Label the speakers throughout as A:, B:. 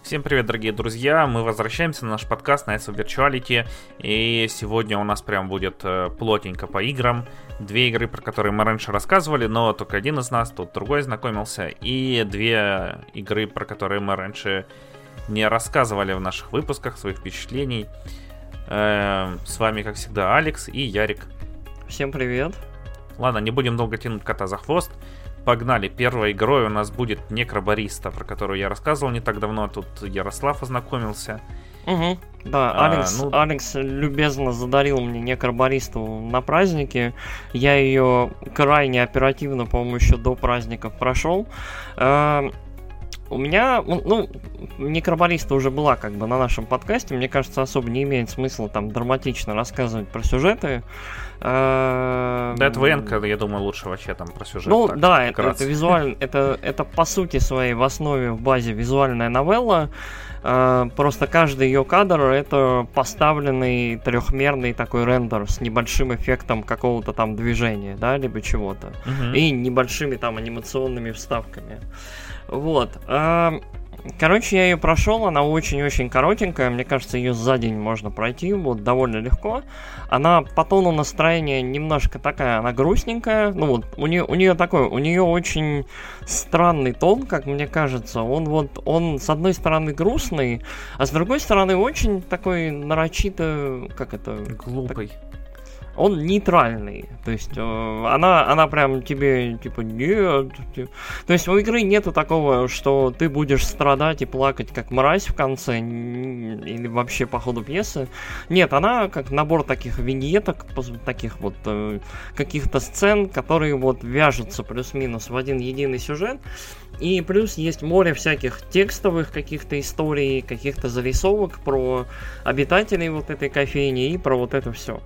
A: Всем привет, дорогие друзья! Мы возвращаемся на наш подкаст Nights of Virtuality. И сегодня у нас прям будет плотненько по играм. Две игры, про которые мы раньше рассказывали, но только один из нас, тут другой знакомился. И две игры, про которые мы раньше не рассказывали в наших выпусках, своих впечатлений. С вами, как всегда, Алекс и Ярик.
B: Всем привет!
A: Ладно, не будем долго тянуть кота за хвост. Погнали. Первой игрой у нас будет Некробариста, про которую я рассказывал не так давно. Тут Ярослав ознакомился.
B: Угу. Да, Алекс любезно задарил мне Некробаристу на празднике. Я ее крайне оперативно, по-моему, еще до праздников прошел. У меня, Некробариста уже была как бы на нашем подкасте. Мне кажется, особо не имеет смысла там драматично рассказывать про сюжеты.
A: Да, это ВН, я думаю, лучше вообще там про сюжет.
B: Ну так, да, это визуально, это по сути своей в основе, в базе визуальная новелла. Просто каждый ее кадр это поставленный трехмерный такой рендер с небольшим эффектом какого-то там движения, да, либо чего-то. И небольшими там анимационными вставками. Вот. Короче, я ее прошел, она очень-очень коротенькая, мне кажется, ее за день можно пройти, вот, довольно легко. Она по тону настроения немножко такая, она грустненькая, ну вот, у нее очень странный тон, как мне кажется. Он с одной стороны грустный, а с другой стороны очень такой нарочито,
A: глупый.
B: Он нейтральный, то есть она прям тебе типа нет, то есть у игры нету такого, что ты будешь страдать и плакать как мразь в конце или вообще по ходу пьесы. Нет, она как набор таких виньеток, таких вот каких-то сцен, которые вот вяжутся плюс-минус в один единый сюжет. И плюс есть море всяких текстовых каких-то историй, каких-то зарисовок про обитателей вот этой кофейни и про вот это все.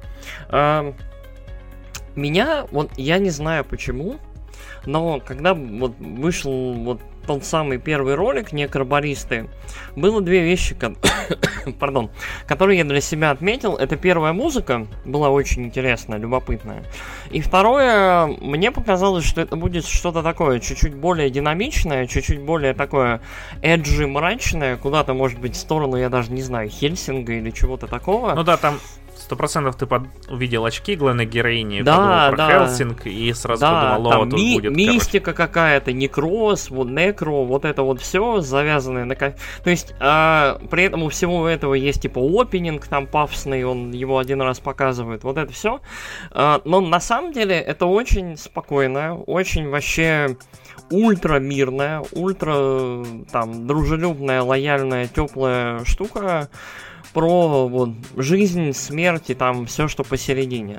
B: Меня, я не знаю почему, но когда вот вышел вот тот самый первый ролик Некробаристы, было две вещи, которые я для себя отметил. Это первая музыка, была очень интересная, любопытная. И второе, мне показалось, что это будет что-то такое, чуть-чуть более динамичное, чуть-чуть более такое эджи, мрачное, куда-то, может быть, в сторону, я даже не знаю, Хельсинга или чего-то такого.
A: Ну да, там 100% ты увидел очки главной героини, подумал про Хельсинг и сразу подумал, тут будет
B: мистика какая-то, некроз, некро, вот это вот все завязанное на... То есть, при этом у всего этого есть типа опенинг там пафосный, он его один раз показывает, вот это все. Но на самом деле это очень спокойная, очень вообще ультра мирная, ультра там дружелюбная, лояльная, теплая штука. Про вот жизнь, смерть и там все, что посередине.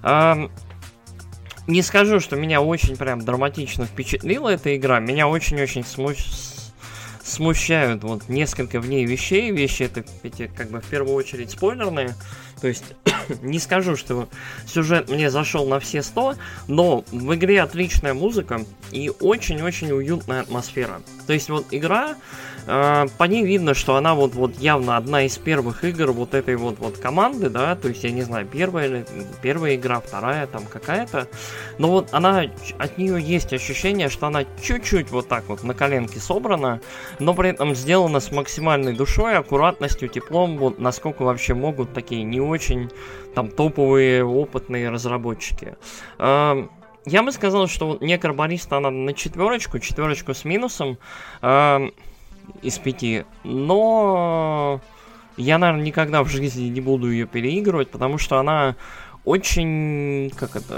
B: Не скажу, что меня очень прям драматично впечатлила эта игра. Меня очень-очень смущают вот несколько в ней вещей. Вещи эти как бы в первую очередь спойлерные. То есть не скажу, что сюжет мне зашел на все 100, но в игре отличная музыка и очень-очень уютная атмосфера. То есть вот игра, по ней видно, что она вот явно одна из первых игр вот этой вот команды, да, то есть я не знаю, первая игра, вторая там какая-то, но вот она, от нее есть ощущение, что она чуть-чуть вот так вот на коленке собрана, но при этом сделана с максимальной душой, аккуратностью, теплом, вот насколько вообще могут такие не очень там топовые опытные разработчики. Я бы сказал, что вот Некробариста она на четверочку с минусом из 5, но я, наверное, никогда в жизни не буду ее переигрывать, потому что она очень,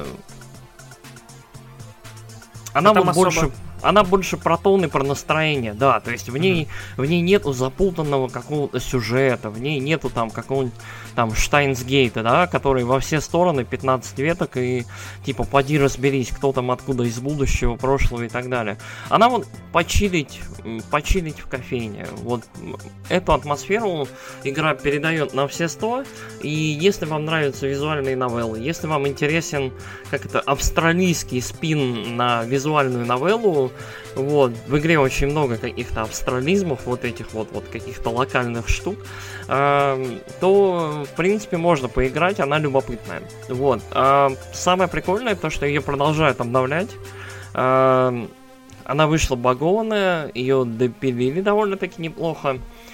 B: она вот больше... Она больше про тон и про настроение, да, то есть в ней нету запутанного какого-то сюжета, в ней нету там какого-нибудь там Штайнсгейта, да, который во все стороны 15 веток и типа поди разберись, кто там откуда из будущего, прошлого и так далее. Она вот почилить в кофейне, вот эту атмосферу игра передает на все 100, и если вам нравятся визуальные новеллы, если вам интересен австралийский спин на визуальную новеллу, вот, в игре очень много каких-то абстрализмов, вот этих вот каких-то локальных штук, то, в принципе, можно поиграть, она любопытная. Вот. Самое прикольное то, что ее продолжают обновлять. Она вышла багованная, ее допилили довольно-таки неплохо.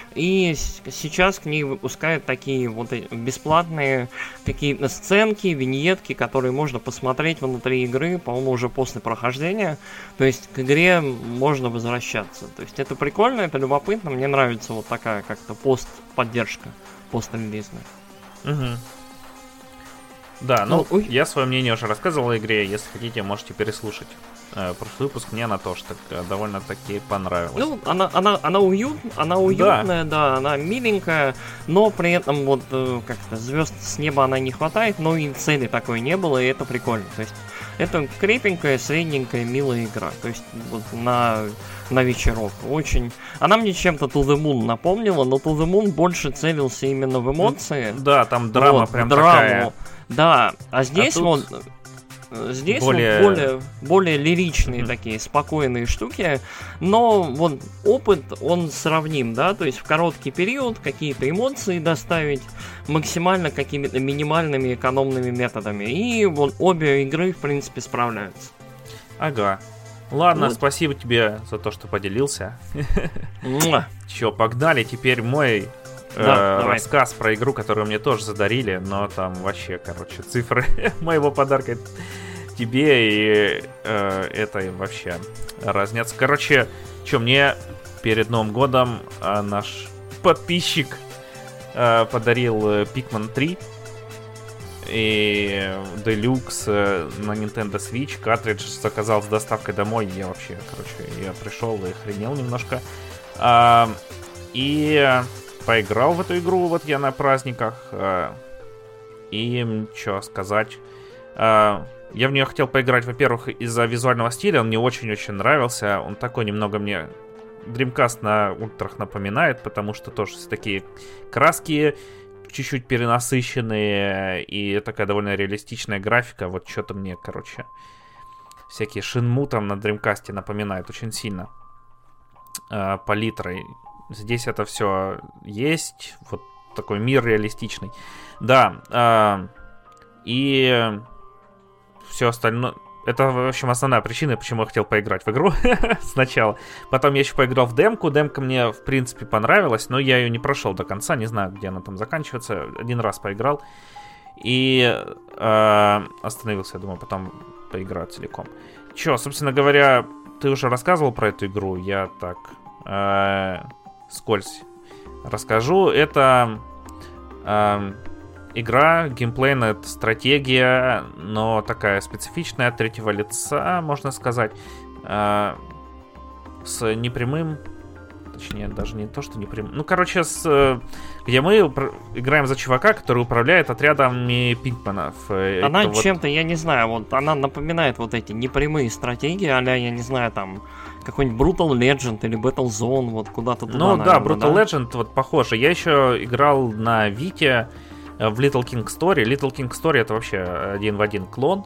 B: И сейчас к ней выпускают такие вот бесплатные какие-то сценки, виньетки, которые можно посмотреть внутри игры, по-моему, уже после прохождения. То есть к игре можно возвращаться. То есть это прикольно, это любопытно. Мне нравится вот такая как-то пост-поддержка, пост-релизная.
A: Угу. Да, я свое мнение уже рассказывал о игре. Если хотите, можете переслушать прошлый выпуск. Мне она тоже так довольно-таки понравилась.
B: Ну, она уютная, да, она миленькая, но при этом вот как-то звезд с неба она не хватает, но и цели такой не было, и это прикольно. То есть это крепенькая, средненькая, милая игра. То есть вот на вечерок. Очень. Она мне чем-то To The Moon напомнила, но To The Moon больше целился именно в эмоции.
A: Да, там драма вот, прям такая.
B: Да, а здесь вот... Здесь более лиричные такие, спокойные штуки, но вот опыт, он сравним, да, то есть в короткий период какие-то эмоции доставить максимально какими-то минимальными экономными методами, и вот обе игры, в принципе, справляются.
A: Ага. Ладно, вот. Спасибо тебе за то, что поделился. Чё, погнали, теперь мой... рассказ про игру, которую мне тоже задарили, но там вообще, короче, цифры моего подарка тебе и это вообще разнятся. Короче, мне перед Новым годом наш подписчик подарил Pikmin 3 и Deluxe на Nintendo Switch. Картридж заказал с доставкой домой. Я вообще, я пришел и охренел немножко. И... поиграл в эту игру, вот я на праздниках. И что сказать. Я в нее хотел поиграть, во-первых, из-за визуального стиля. Он мне очень-очень нравился. Он такой немного мне Dreamcast на ультрах напоминает, потому что тоже такие краски чуть-чуть перенасыщенные и такая довольно реалистичная графика. Вот что-то мне, всякие Shenmue там на Dreamcast напоминают очень сильно. Палитрой. Здесь это все есть. Вот такой мир реалистичный. Да. И все остальное... Это, в общем, основная причина, почему я хотел поиграть в игру сначала. Потом я еще поиграл в демку. Демка мне, в принципе, понравилась, но я ее не прошел до конца. Не знаю, где она там заканчивается. Один раз поиграл. И остановился, я думаю, потом поиграю целиком. Че, собственно говоря, ты уже рассказывал про эту игру. Я так... скользь расскажу. Это игра, геймплейная стратегия, но такая специфичная, от третьего лица, можно сказать, с непрямым, точнее, даже не то, что непрямым, где мы играем за чувака, который управляет отрядами пикменов.
B: Она чем-то, я не знаю, вот она напоминает вот эти непрямые стратегии, а-ля, я не знаю, там какой-нибудь Brutal Legend или Battlezone, вот куда-то туда.
A: Ну да, Brutal Legend вот похоже. Я еще играл на Вите в Little King Story. Little King Story это вообще один в один клон.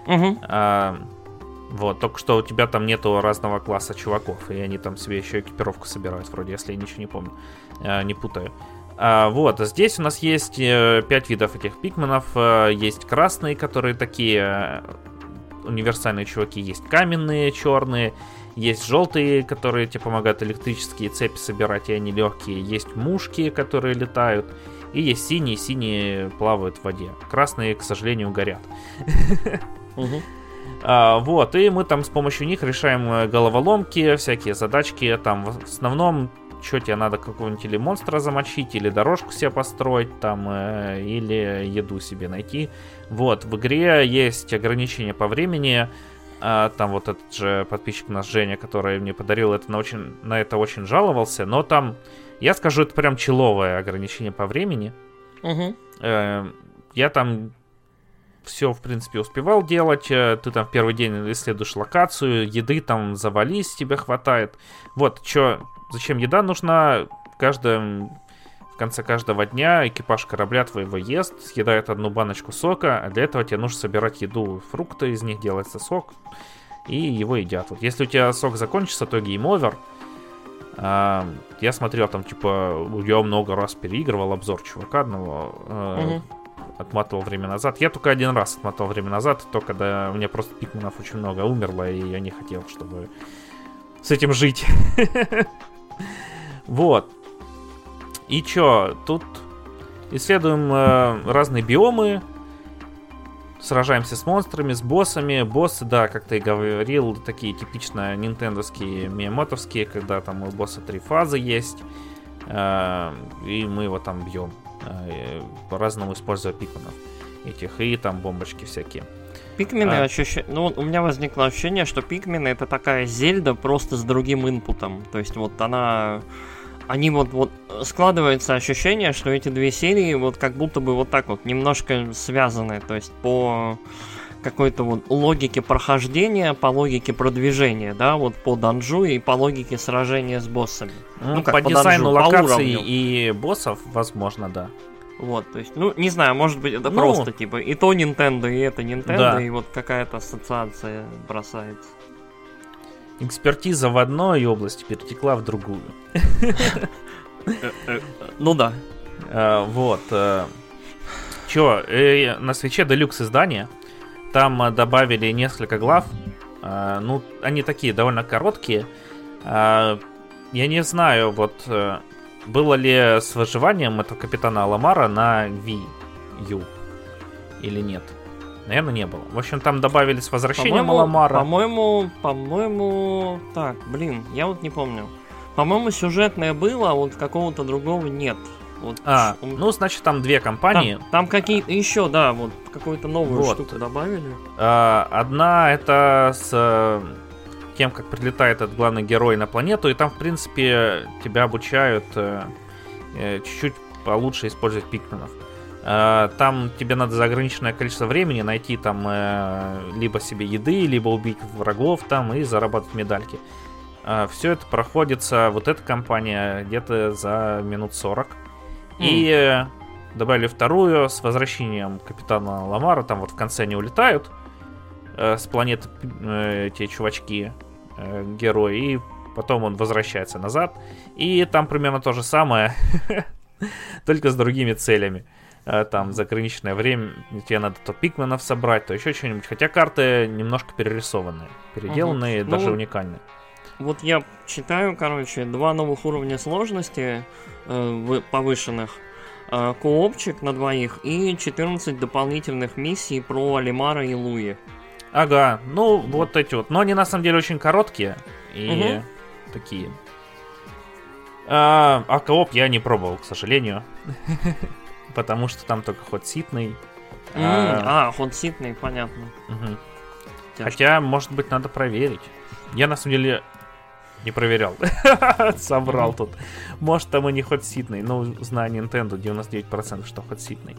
A: Вот, только что у тебя там нету разного класса чуваков, и они там себе еще экипировку собирают, вроде, если я ничего не помню, не путаю. Вот, здесь у нас есть 5 видов этих пикменов. Есть красные, которые такие универсальные чуваки, есть каменные, черные. Есть желтые, которые тебе помогают электрические цепи собирать, и они легкие. Есть мушки, которые летают. И есть синие. Синие плавают в воде. Красные, к сожалению, горят. Вот, и мы там с помощью них решаем головоломки, всякие задачки. Там в основном, что тебе надо, какого-нибудь или монстра замочить, или дорожку себе построить, там, или еду себе найти. Вот, в игре есть ограничения по времени. Там вот этот же подписчик наш Женя, который мне подарил это, на это очень жаловался. Но там, я скажу, это прям человое ограничение по времени. Я там все, в принципе, успевал делать. Ты там в первый день исследуешь локацию, еды там завались, тебе хватает. Вот, зачем еда нужна? В конце каждого дня экипаж корабля твоего ест, съедает одну баночку сока, а для этого тебе нужно собирать еду, фрукты, из них делается сок, и его едят. Вот если у тебя сок закончится, то гейм овер. Я смотрел там, я много раз переигрывал обзор чувака одного, отматывал время назад. Я только один раз отмотал время назад, то когда у меня просто пикменов очень много умерло, и я не хотел, чтобы с этим жить. Вот. И чё, тут исследуем разные биомы, сражаемся с монстрами, с боссами. Боссы, да, как ты и говорил, такие типично нинтендовские, миyaмотовские, когда там у босса 3 фазы есть, и мы его там бьем, по-разному используя пикменов этих, и там бомбочки всякие.
B: Пикмены ну, у меня возникло ощущение, что пикмены это такая Зельда просто с другим инпутом. То есть вот они вот складывается ощущение, что эти две серии вот как будто бы вот так вот немножко связаны. То есть по какой-то вот логике прохождения, по логике продвижения, да, вот по данжу и по логике сражения с боссами.
A: Ну, как по дизайну локаций и боссов, возможно, да.
B: Вот, то есть, ну, не знаю, может быть, это просто, типа, и то Nintendo, и это Nintendo, да. И вот какая-то ассоциация бросается.
A: Экспертиза в одной области перетекла в другую.
B: Ну да.
A: Вот. Чё, на Switch'е Deluxe издание, там добавили несколько глав, ну, они такие довольно короткие. Я не знаю, вот... Было ли с выживанием этого капитана Ламара на Wii U или нет? Наверное, не было. В общем, там добавили с возвращением Ламара.
B: По-моему... Так, блин, я вот не помню. По-моему, сюжетное было, а вот какого-то другого нет. Вот,
A: ну, значит, там две компании.
B: Там какие-то еще, да, вот какую-то новую штуку добавили.
A: Одна это с... тем, как прилетает этот главный герой на планету, и там, в принципе, тебя обучают чуть-чуть получше использовать пикменов. Там тебе надо за ограниченное количество времени найти там либо себе еды, либо убить врагов там и заработать медальки. Все это проходится, вот эта кампания, где-то за минут 40. И добавили вторую с возвращением капитана Ламара, там вот в конце они улетают с планеты те чувачки, герои, и потом он возвращается назад. И там примерно то же самое, только с другими целями. Там за ограниченное время тебе надо то пикменов собрать, то еще что-нибудь. Хотя карты немножко перерисованные, переделанные, даже уникальные.
B: Вот я читаю, короче, 2 новых уровня сложности повышенных, коопчик на 2 и 14 дополнительных миссий про Лимара и Луи.
A: Ага, ну вот эти вот. Но они на самом деле очень короткие и такие. А кооп я не пробовал, к сожалению. Потому что там только ход ситный.
B: Ход ситный, понятно.
A: Хотя, может быть, надо проверить. Я на самом деле не проверял. Собрал тут. Может, там и не ход ситный. Но знаю Nintendo 99%, что ход ситный.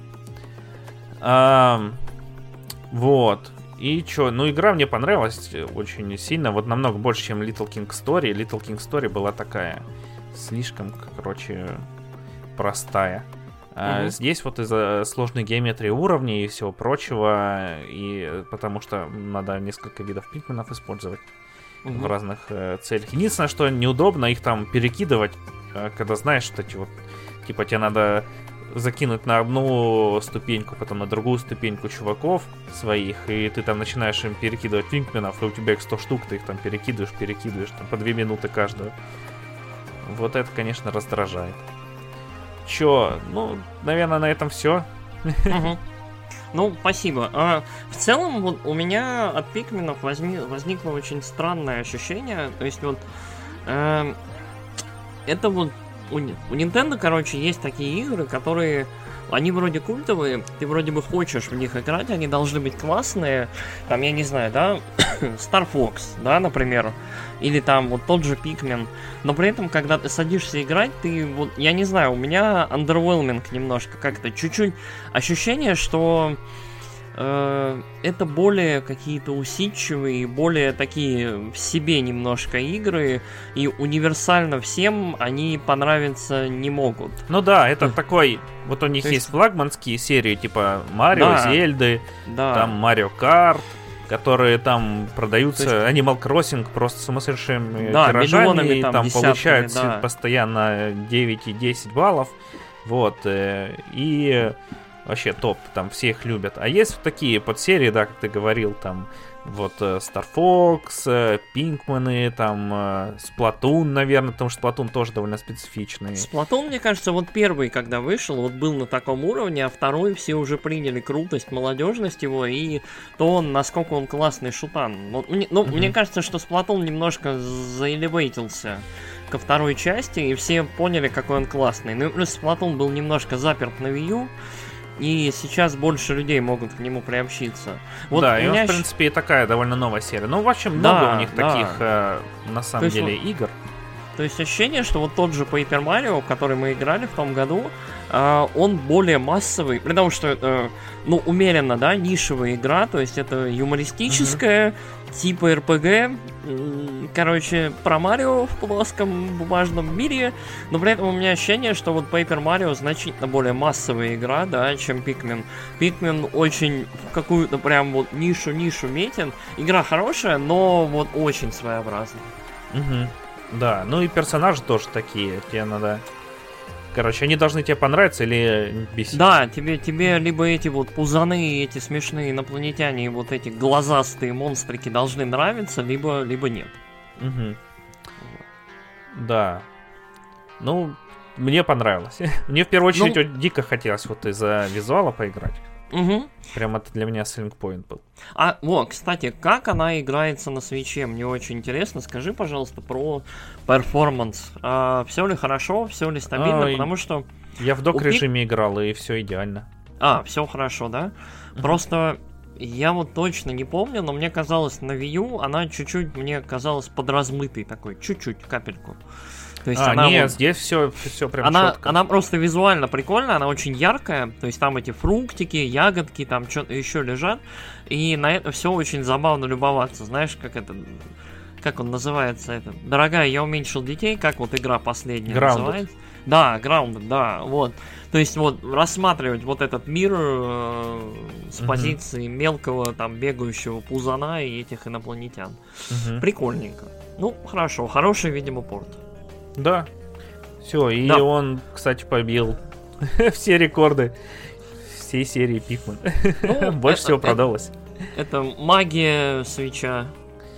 A: Вот. И чё, ну игра мне понравилась очень сильно, вот намного больше, чем Little King Story. Little King Story была такая, слишком, короче, простая. Здесь вот из-за сложной геометрии уровней и всего прочего, и потому что надо несколько видов пикменов использовать в разных целях. Единственное, что неудобно их там перекидывать, когда знаешь, что эти вот, типа тебе надо... закинуть на одну ступеньку, потом на другую ступеньку чуваков своих, и ты там начинаешь им перекидывать пикменов, и у тебя их 100 штук, ты их там перекидываешь, там по 2 минуты каждую. Вот это, конечно, раздражает. Чё, ну, наверное, на этом все.
B: Ну, спасибо. В целом, вот у меня от пикменов возникло очень странное ощущение, то есть вот это вот у Nintendo, короче, есть такие игры, которые... Они вроде культовые, ты вроде бы хочешь в них играть, они должны быть классные. Там, я не знаю, да, Star Fox, да, например. Или там вот тот же Pikmin. Но при этом, когда ты садишься играть, ты вот... Я не знаю, у меня underwhelming немножко как-то. Чуть-чуть ощущение, что... это более какие-то усидчивые, более такие в себе немножко игры, и универсально всем они понравиться не могут.
A: Ну да, это такой, вот у них есть флагманские серии, типа Марио, Зельды, там Марио Карт, которые там продаются, Animal Crossing просто сумасшедшими тиражами, и там получают постоянно 9 и 10 баллов, вот, и... Вообще топ, там все их любят. А есть вот такие подсерии, да, как ты говорил, там Вот Star Fox, Пинкманы, там Splatoon, наверное, потому что Splatoon тоже довольно специфичный.
B: Splatoon, мне кажется, вот первый, когда вышел, вот был на таком уровне, а второй все уже приняли крутость, молодежность его, и то, насколько он классный шутан. Вот, мне кажется, что Splatoon немножко заэлевейтился ко второй части, и все поняли, какой он классный. Ну и плюс Splatoon был немножко заперт на Wii U, и сейчас больше людей могут к нему приобщиться. Вот
A: да, и он, в принципе, и такая довольно новая серия. Ну, в общем, много у них таких, на самом деле, игр.
B: То есть ощущение, что вот тот же Paper Mario, в который мы играли в том году, он более массовый, при том, что это, ну, умеренно, да, нишевая игра, то есть это юмористическая, типа RPG, короче, про Марио в плоском бумажном мире, но при этом у меня ощущение, что вот Paper Mario значительно более массовая игра, да, чем Pikmin. Pikmin очень в какую-то прям вот нишу метен. Игра хорошая, но вот очень своеобразная.
A: Да, ну и персонажи тоже такие, тебе надо... Короче, они должны тебе понравиться или бесить?
B: Да, тебе либо эти вот пузаны, эти смешные инопланетяне, вот эти глазастые монстрики должны нравиться, либо нет.
A: Да. Ну, мне понравилось. Мне в первую очередь дико хотелось вот из-за визуала поиграть. Прям это для меня selling point был.
B: Кстати, как она играется на свитче? Мне очень интересно. Скажи, пожалуйста, про перформанс. Все ли хорошо, все ли стабильно? Потому что...
A: Я в док-режиме играл, и все идеально.
B: Все хорошо, да? Просто я вот точно не помню, но мне казалось, на Wii U она чуть-чуть, мне казалось, подразмытой такой. Чуть-чуть, капельку. То есть
A: нет, здесь все прям четко.
B: Она просто визуально прикольная, она очень яркая, то есть там эти фруктики, ягодки, там что-то еще лежат, и на это все очень забавно любоваться. Знаешь, как он называется это? Дорогая, я уменьшил детей, как вот игра последняя называется? Да, Grounded, да, вот. То есть вот рассматривать вот этот мир с позиции мелкого там бегающего пузана и этих инопланетян. Прикольненько. Ну, хорошо, хороший, видимо, порт.
A: Да. Все, и он, кстати, побил все рекорды всей серии Pikmin. Больше всего продалось.
B: Это магия свитча.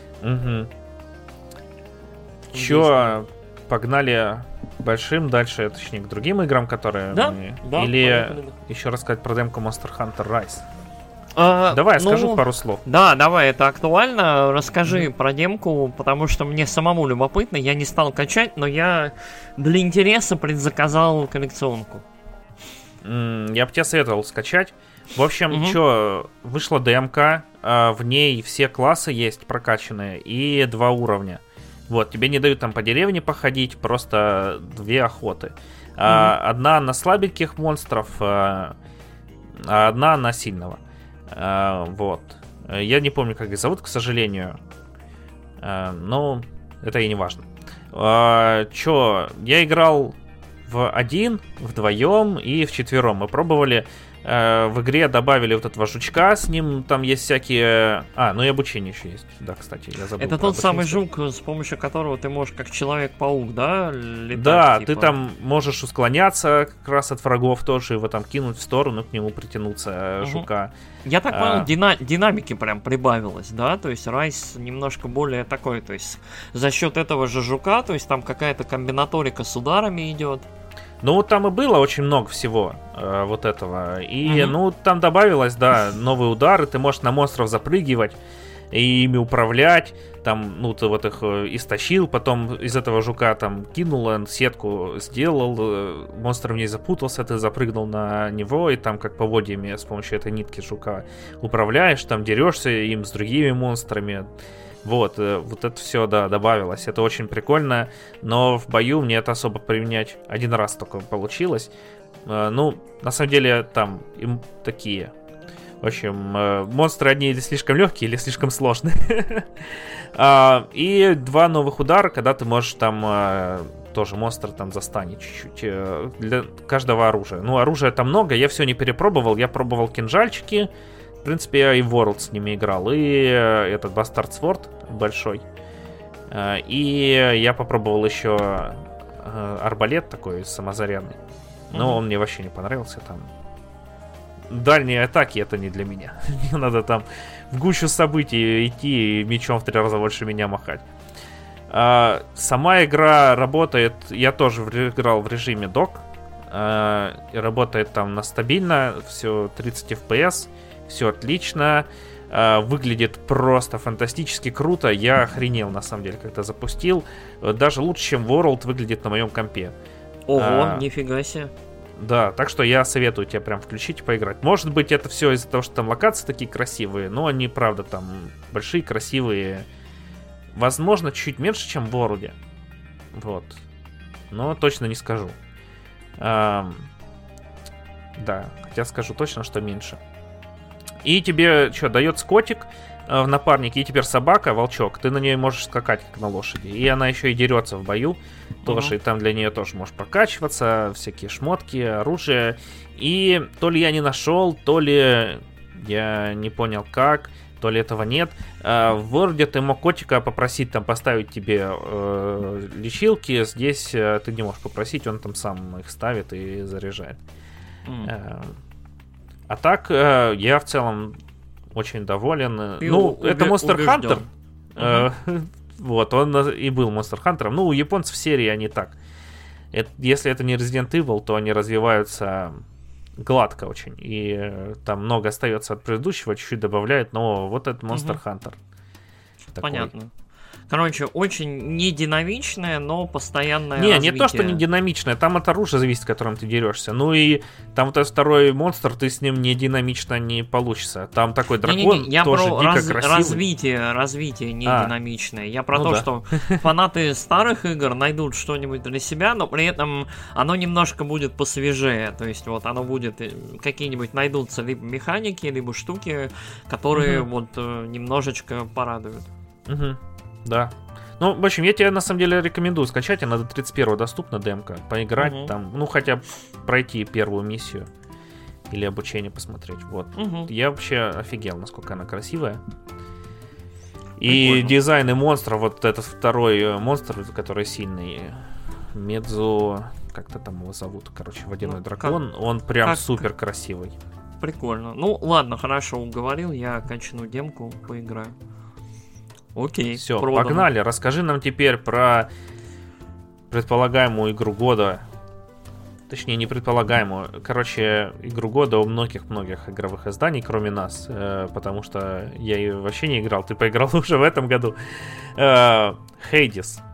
A: Чё, погнали большим дальше, точнее, к другим играм, которые... Или еще рассказать про демку Monster Hunter Rise? Давай, скажу пару слов.
B: Да, давай, это актуально. Расскажи про демку, потому что мне самому любопытно. Я не стал качать, но я для интереса предзаказал коллекционку.
A: Я бы тебе советовал скачать. В общем, вышла демка, в ней все классы есть прокачанные и 2 уровня. Вот, тебе не дают там по деревне походить, просто 2 охоты. Одна на слабеньких монстров, а одна на сильного. Вот. Я не помню, как их зовут, к сожалению. Но это и не важно. Я играл в 1, вдвоем и в 4. Мы пробовали. В игре добавили вот этого жучка, с ним там есть всякие... ну и обучение еще есть. Да, кстати, я забыл.
B: Это тот самый жук, с помощью которого ты можешь как Человек-паук, да, летать?
A: Да, ты там можешь усклоняться как раз от врагов тоже, его там кинуть в сторону, к нему притянуться жука.
B: Я так понял, динамики прям прибавилось, да? То есть Райс немножко более такой, то есть за счет этого же жука, то есть там какая-то комбинаторика с ударами идет.
A: Ну, вот там и было очень много всего вот этого. И, там добавилось, да, новые удары. Ты можешь на монстров запрыгивать и ими управлять. Там, ты вот их истощил, потом из этого жука там кинул, он сетку сделал, монстр в ней запутался, ты запрыгнул на него, и там как поводьями с помощью этой нитки жука управляешь, там дерешься им с другими монстрами. Вот это все, да, добавилось. Это очень прикольно, но в бою мне это особо применять один раз только получилось. На самом деле, там им такие. В общем, монстры одни или слишком легкие, или слишком сложные. И 2 новых удара, когда ты можешь там тоже монстр там застанет чуть-чуть для каждого оружия. Оружия там много, я все не перепробовал. Я пробовал кинжальчики. В принципе, я и в World с ними играл. И этот Bastard Sword большой. И я попробовал еще арбалет такой самозарядный. Но он мне вообще не понравился. Там дальние атаки это не для меня. Мне надо там в гущу событий идти и мечом в 3 раза больше меня махать. Сама игра работает, я тоже играл в режиме док, работает там на стабильно, все 30 FPS, все отлично, выглядит просто фантастически круто, я охренел на самом деле, когда запустил, даже лучше, чем World выглядит на моем компе.
B: Ого, нифига себе.
A: Да, так что я советую тебе прям включить и поиграть. Может быть, это все из-за того, что там локации такие красивые, но они, правда, там большие, красивые. Возможно, чуть меньше, чем в World. Вот. Но точно не скажу. Да, хотя скажу точно, что меньше. И тебе, что, дается котик в напарнике, и теперь собака, волчок. Ты на нее можешь скакать, как на лошади. И она еще и дерется в бою тоже. И там для нее тоже можешь прокачиваться. Всякие шмотки, оружие. И то ли я не нашел, то ли я не понял как, то ли этого нет. В Word ты мог котика попросить там поставить тебе лечилки. Здесь ты не можешь попросить, он там сам их ставит и заряжает. А так, я в целом очень доволен. Это Monster Hunter. Вот, он и был Monster Hunter. Ну, у японцев серии они так. Если это не Resident Evil, то они развиваются гладко очень. И там много остается от предыдущего, чуть-чуть добавляют, но вот это Monster Hunter.
B: Понятно. Короче, очень не динамичное, но постоянное
A: развитие. Не то, что не динамичное, там от оружия зависит, которым ты дерешься. Ну и там вот этот второй монстр, ты с ним не динамично не получится. Там такой дракон
B: я
A: тоже
B: про
A: дико красивый.
B: Развитие не динамичное. Я про то, что фанаты старых игр найдут что-нибудь для себя, но при этом оно немножко будет посвежее. То есть вот оно будет, какие-нибудь найдутся либо механики, либо штуки, которые вот немножечко порадуют.
A: Да. Ну, в общем, я тебе на самом деле рекомендую скачать. Она до 31-го доступна, демка. Поиграть там, ну, хотя бы пройти первую миссию. Или обучение посмотреть. Вот. Я вообще офигел, насколько она красивая. И дизайны монстров, вот этот второй монстр, который сильный, Медзу, как-то там его зовут, короче, водяной дракон, он прям супер красивый.
B: Прикольно. Ну, ладно, хорошо, уговорил, я качну демку, поиграю. Окей,
A: все, погнали. Расскажи нам теперь про предполагаемую игру года. Точнее, не предполагаемую. Короче, игру года у многих-многих игровых изданий, кроме нас. Потому что я ее вообще не играл. Ты поиграл уже в этом году. Hades.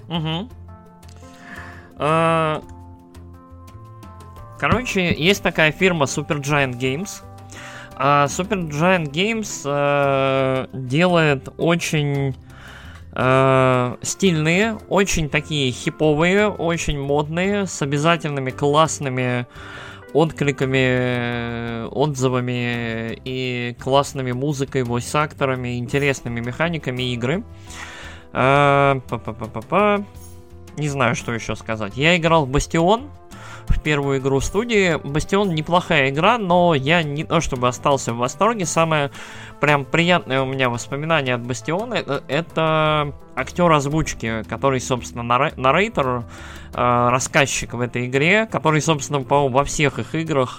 B: Короче, есть такая фирма Supergiant Games. Supergiant Games делает очень стильные, очень такие хиповые, очень модные, с обязательными классными откликами, отзывами и классными музыкой, войс-акторами, интересными механиками игры. Не знаю, что еще сказать. Я играл в Бастион, в первую игру студии. Бастион неплохая игра, но я не то чтобы остался в восторге. Самое прям приятное у меня воспоминание от Бастиона это актер озвучки, который, собственно, наррейтер, рассказчик в этой игре, который, собственно, по-моему, во всех их играх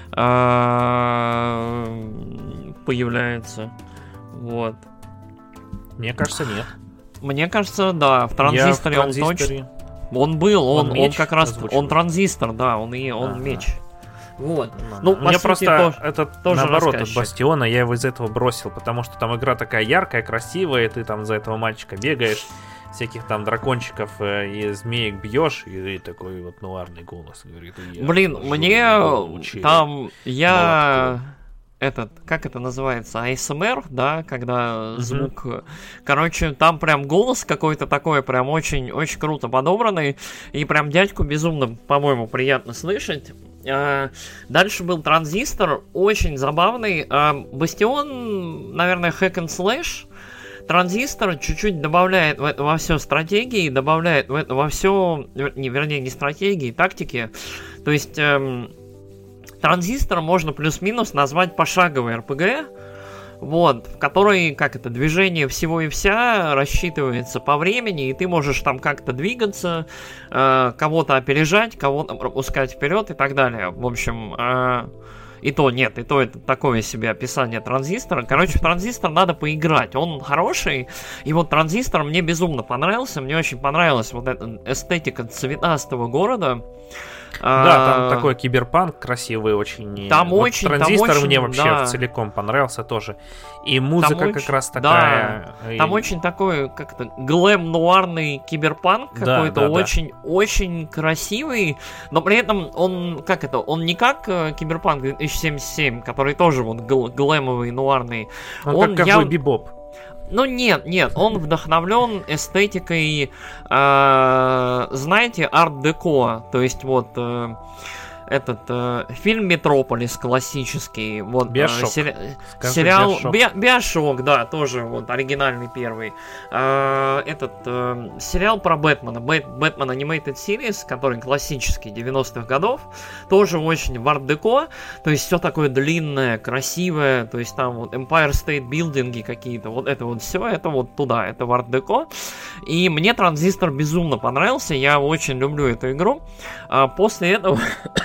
B: появляется. Вот.
A: Мне кажется, нет.
B: Мне кажется, да, в Транзисторе он точно... Он был, он как раз, озвучивает. Он транзистор, да, он меч. Вот.
A: Ну, мне просто это тоже наоборот от Бастиона, я его из-за этого бросил, потому что там игра такая яркая, красивая, и ты там за этого мальчика бегаешь, всяких там дракончиков и змеек бьешь, и такой вот нуарный голос говорит.
B: Блин, мне там я... как это называется, ASMR, да, когда звук, короче, там прям голос какой-то такой, прям очень-очень круто подобранный, и прям дядьку безумно, по-моему, приятно слышать. Дальше был Транзистор, очень забавный. Бастион, наверное, hack and slash. Транзистор чуть-чуть добавляет во все стратегии, добавляет во все, вернее, не стратегии, тактики. То есть Транзистор можно плюс-минус назвать пошаговой РПГ, вот, в которой, движение всего и вся рассчитывается по времени, и ты можешь там как-то двигаться, кого-то опережать, кого-то пропускать вперед и так далее. В общем, И то нет, и то это такое себе описание транзистора. Короче, в транзистор надо поиграть. Он хороший. И вот транзистор мне безумно понравился. Мне очень понравилась вот эта эстетика цветастого города.
A: Да, там такой киберпанк красивый очень.
B: Там
A: вот
B: очень,
A: транзистор
B: там очень,
A: мне вообще
B: да.
A: целиком понравился тоже. И музыка
B: Там
A: как
B: очень,
A: раз такая.
B: Да, там очень такой, как-то, глэм-нуарный киберпанк какой-то,
A: да.
B: очень красивый, но при этом он, он не как киберпанк 2077, который тоже вот глэмовый, нуарный.
A: Он как ковбой бибоп.
B: Ну нет, он вдохновлен эстетикой, знаете, арт-деко, то есть вот фильм «Метрополис» классический, вот
A: Биошок.
B: сериал «Биошок», да, тоже вот оригинальный первый. Сериал про Бэтмена, Бэтмен Animated Series, который классический 90-х годов, тоже очень в арт-деко, то есть все такое длинное, красивое, то есть там вот Empire State Building какие-то, вот это вот все, это вот туда, это в арт-деко. И мне Транзистор безумно понравился, я очень люблю эту игру. После этого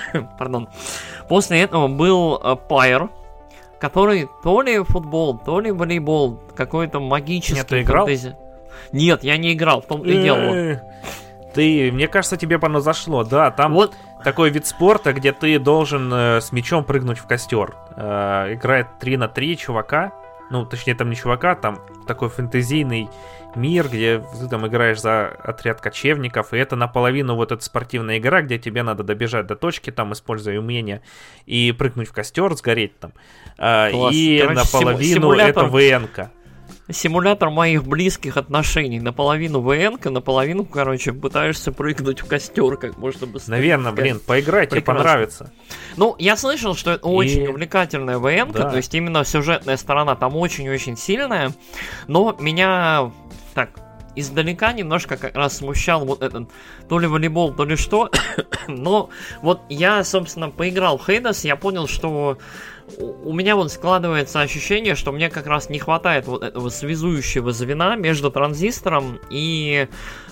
B: После этого был Pyre, который то ли футбол, то ли волейбол, какой-то магический.
A: Нет, ты играл?
B: Нет, я не играл, в том-то и дело.
A: Мне кажется, тебе оно зашло, да, там вот такой вид спорта, где ты должен с мячом прыгнуть в костер. Играет 3 на 3 чувака, ну, точнее, там не чувака, там такой фэнтезийный мир, где ты там играешь за отряд кочевников, и это наполовину вот эта спортивная игра, где тебе надо добежать до точки, там, используя умения, и прыгнуть в костер, сгореть там. И короче, наполовину это ВН-ка.
B: Симулятор моих близких отношений. Наполовину ВН-ка, наполовину, пытаешься прыгнуть в костер как можно быстрее.
A: Наверное, поиграй, тебе понравится.
B: Ну, я слышал, что это очень увлекательная ВН-ка, то есть именно сюжетная сторона там очень-очень сильная, но меня так издалека немножко как раз смущал вот этот то ли волейбол, то ли что. Но вот я, собственно, поиграл в Hades, я понял, что у меня вот складывается ощущение, что мне как раз не хватает вот этого связующего звена между Транзистором и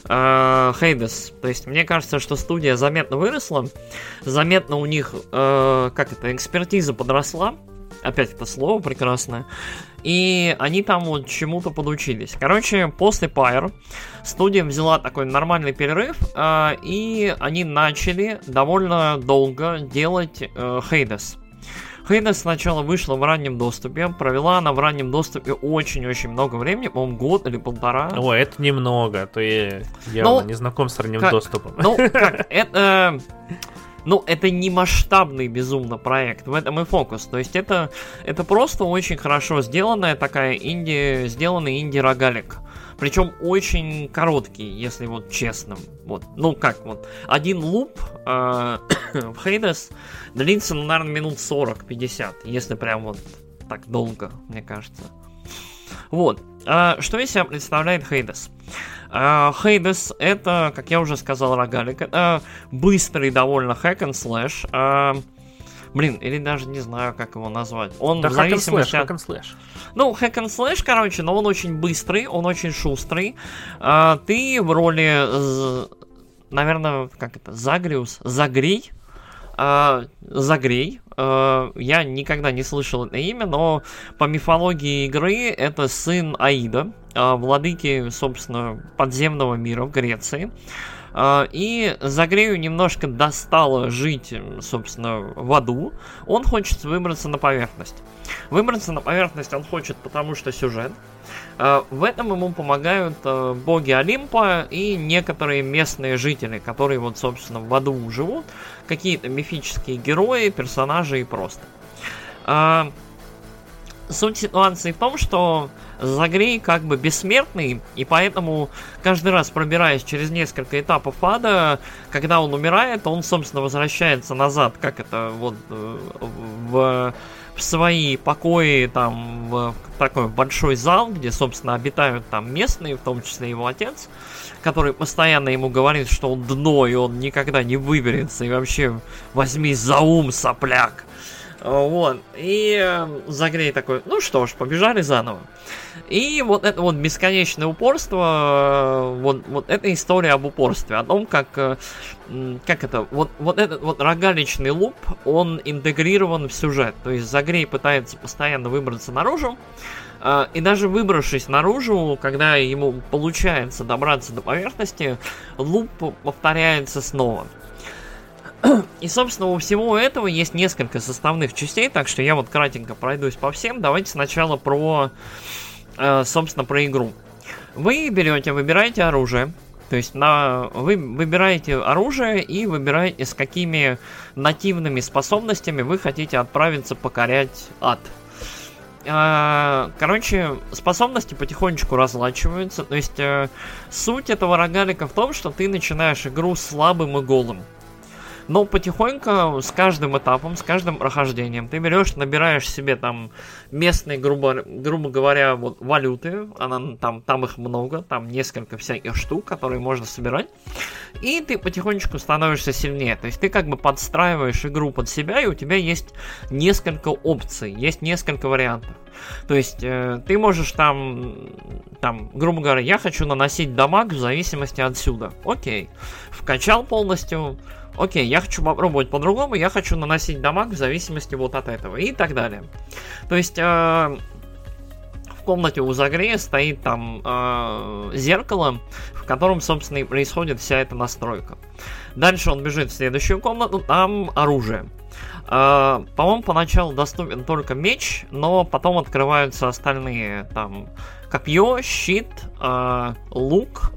B: Hades. То есть мне кажется, что студия заметно выросла, заметно у них экспертиза подросла. Опять это слово прекрасное. И они там вот чему-то подучились. Короче, после Pyre студия взяла такой нормальный перерыв, и они начали довольно долго делать Hades. Hades сначала вышла в раннем доступе, провела она в раннем доступе очень-очень много времени, по-моему, год или полтора.
A: Ой, это немного, то я явно не знаком с ранним доступом.
B: Это не масштабный безумно проект, в этом и фокус. То есть это просто очень хорошо сделанная такая сделанный инди-рогалик. Причем очень короткий, если вот честно. Вот. Один луп в Hades длится, наверное, минут 40-50, если прям вот так долго, мне кажется. Вот. Что из себя представляет Hades? Hades это, как я уже сказал, рогалик. Это быстрый довольно hack and slash. Или даже не знаю, как его назвать. Он в зависимости от...
A: hack and slash.
B: Ну, hack and slash, но он очень быстрый, он очень шустрый. Ты в роли, наверное, Загрей. Я никогда не слышал это имя, но по мифологии игры это сын Аида, владыки, собственно, подземного мира в Греции. И Загрею немножко достало жить, собственно, в аду. Он хочет выбраться на поверхность. Выбраться на поверхность он хочет, потому что сюжет. В этом ему помогают боги Олимпа и некоторые местные жители, которые вот, собственно, в аду живут. Какие-то мифические герои, персонажи и просто. Суть ситуации в том, что Загрей как бы бессмертный, и поэтому каждый раз, пробираясь через несколько этапов ада, когда он умирает, он, собственно, возвращается назад, в свои покои, там, в такой большой зал, где, собственно, обитают там местные, в том числе его отец, который постоянно ему говорит, что он дно, и он никогда не выберется, и вообще возьмись за ум, сопляк. Вот. И Загрей такой, ну что ж, побежали заново. И вот это вот бесконечное упорство, вот эта история об упорстве, о том, как это, вот этот вот рогаличный луп, он интегрирован в сюжет. То есть Загрей пытается постоянно выбраться наружу, и даже выбравшись наружу, когда ему получается добраться до поверхности, луп повторяется снова. И, собственно, у всего этого есть несколько составных частей, так что я вот кратенько пройдусь по всем. Давайте сначала собственно, про игру. Вы выбираете оружие, то есть вы выбираете оружие и выбираете, с какими нативными способностями вы хотите отправиться покорять ад. Короче, способности потихонечку разлачиваются, то есть суть этого рогалика в том, что ты начинаешь игру слабым и голым. Но потихоньку, с каждым этапом, с каждым прохождением, ты берешь, набираешь себе там местные, грубо говоря, вот валюты, там их много, там несколько всяких штук, которые можно собирать, и ты потихонечку становишься сильнее. То есть ты как бы подстраиваешь игру под себя, и у тебя есть несколько опций, есть несколько вариантов. То есть ты можешь там, грубо говоря, я хочу наносить дамаг в зависимости отсюда. Окей, вкачал полностью. Окей, я хочу попробовать по-другому, я хочу наносить дамаг в зависимости вот от этого и так далее. То есть в комнате у Загрея стоит там зеркало, в котором, собственно, и происходит вся эта настройка. Дальше он бежит в следующую комнату, там оружие. По-моему, поначалу доступен только меч, но потом открываются остальные. Там копье, щит, лук,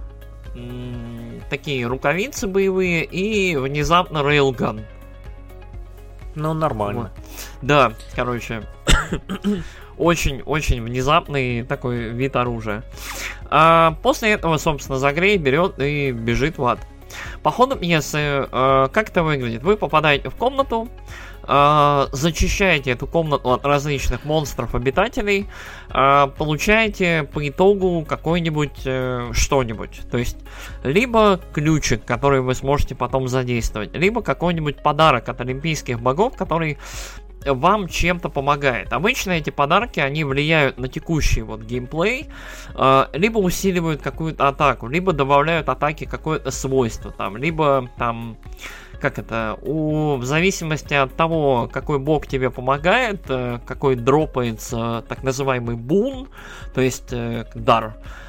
B: такие рукавицы боевые и внезапно рейлган.
A: Ну, нормально.
B: Вот. Да, короче, очень-очень внезапный такой вид оружия. После этого, собственно, Загрей берет и бежит в ад. По ходу пьесы, как это выглядит? Вы попадаете в комнату, зачищаете эту комнату от различных монстров-обитателей, получаете по итогу какой-нибудь что-нибудь. То есть, либо ключик, который вы сможете потом задействовать, либо какой-нибудь подарок от олимпийских богов, который вам чем-то помогает. Обычно эти подарки, они влияют на текущий вот геймплей, либо усиливают какую-то атаку, либо добавляют атаке какое-то свойство, там, либо там, в зависимости от того, какой бог тебе помогает, какой дропается так называемый бун, то есть дар,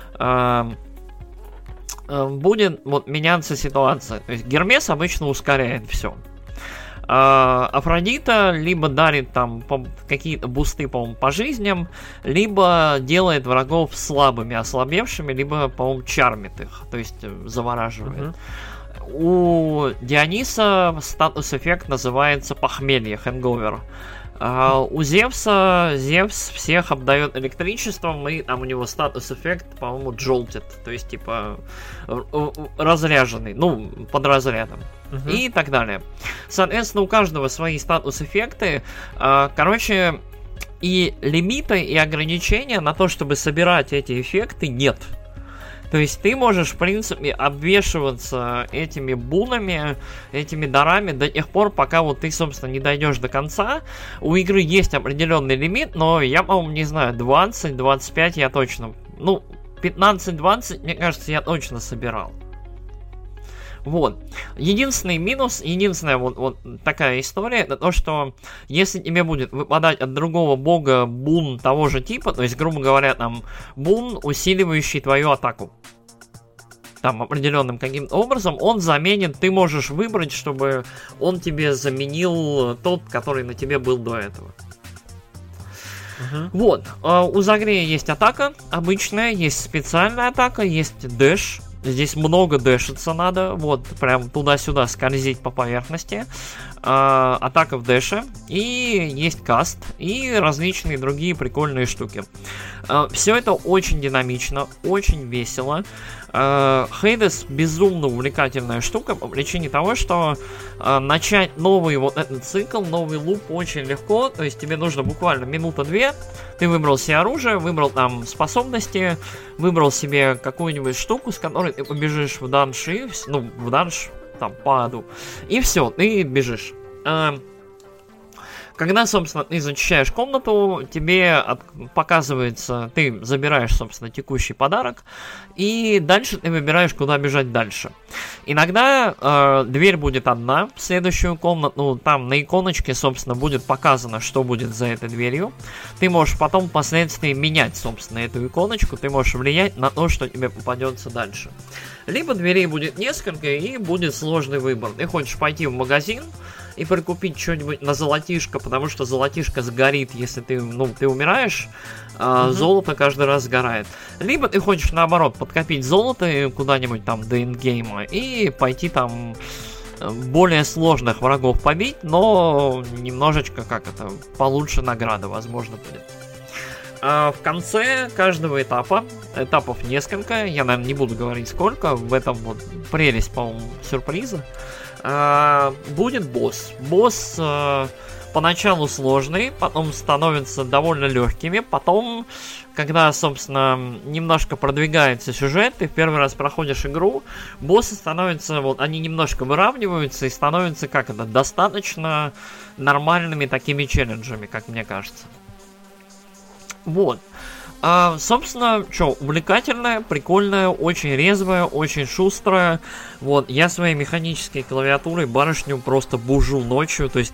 B: будет вот меняться ситуация. То есть Гермес обычно ускоряет все. Афродита либо дарит там какие-то бусты, по-моему, по жизням, либо делает врагов слабыми, ослабевшими, либо, по-моему, чармит их, то есть завораживает. У Диониса статус-эффект называется похмелье, хэнговер. У Зевса Зевс всех обдает электричеством, и там у него статус-эффект, по-моему, джолтит, то есть типа разряженный, ну, под разрядом. И так далее. Соответственно, у каждого свои статус-эффекты. Короче, и лимита, и ограничения на то, чтобы собирать эти эффекты, нет. То есть ты можешь, в принципе, обвешиваться этими бунами, этими дарами до тех пор, пока вот ты, собственно, не дойдешь до конца. У игры есть определенный лимит, но я, по-моему, не знаю, 20-25 я точно... Ну, 15-20, мне кажется, я точно собирал. Вот. Единственный минус, единственная вот такая история, это то, что если тебе будет выпадать от другого бога бун того же типа, то есть, грубо говоря, там, бун, усиливающий твою атаку, там, определенным каким-то образом, он заменит, ты можешь выбрать, чтобы он тебе заменил тот, который на тебе был до этого. Вот. У Загрея есть атака обычная, есть специальная атака, есть дэш. Здесь много дэшиться надо, вот, прям туда-сюда скользить по поверхности. Атака в дэше, и есть каст, и различные другие прикольные штуки. Все это очень динамично, очень весело. Хейдес безумно увлекательная штука по причине того, что начать новый вот этот цикл, новый луп очень легко. То есть тебе нужно буквально минута-две. Ты выбрал себе оружие, выбрал способности, выбрал себе какую-нибудь штуку, с которой ты побежишь в данши, в данш, там, по аду. И все, ты бежишь. Когда, собственно, ты зачищаешь комнату, тебе показывается, ты забираешь, собственно, текущий подарок, и дальше ты выбираешь, куда бежать дальше. Иногда дверь будет одна в следующую комнату, там на иконочке, собственно, будет показано, что будет за этой дверью. Ты можешь потом впоследствии менять, собственно, эту иконочку, ты можешь влиять на то, что тебе попадется дальше. Либо дверей будет несколько, и будет сложный выбор. Ты хочешь пойти в магазин и прикупить что-нибудь на золотишко, потому что золотишко сгорит, если ты умираешь, золото каждый раз сгорает. Либо ты хочешь, наоборот, подкопить золото куда-нибудь там до эндгейма и пойти там более сложных врагов побить, но немножечко, получше награда, возможно, будет. В конце каждого этапа, этапов несколько, я, наверное, не буду говорить сколько, в этом вот прелесть, по-моему, сюрприза, будет босс. Босс поначалу сложный, потом становится довольно легкими, потом, когда, собственно, немножко продвигается сюжет, ты в первый раз проходишь игру, боссы становятся, вот, они немножко выравниваются и становятся, достаточно нормальными такими челленджами, как мне кажется. Вот. Собственно, увлекательная, прикольная, очень резвая, очень шустрая. Вот, я своей механической клавиатурой барышню просто бужу ночью, то есть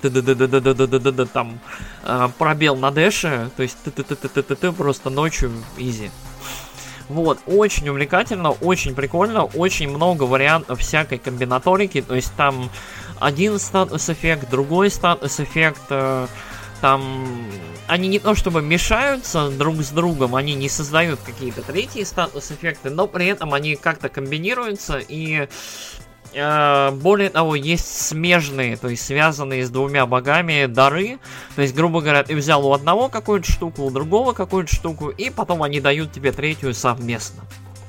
B: там пробел на дэше, то есть просто ночью изи. Вот, очень увлекательно, очень прикольно, очень много вариантов всякой комбинаторики, то есть там один статус-эффект, другой статус-эффект, там они не то чтобы мешаются друг с другом, они не создают какие-то третьи статус-эффекты, но при этом они как-то комбинируются, и более того, есть смежные, то есть связанные с двумя богами дары, то есть, грубо говоря, ты взял у одного какую-то штуку, у другого какую-то штуку, и потом они дают тебе третью совместно.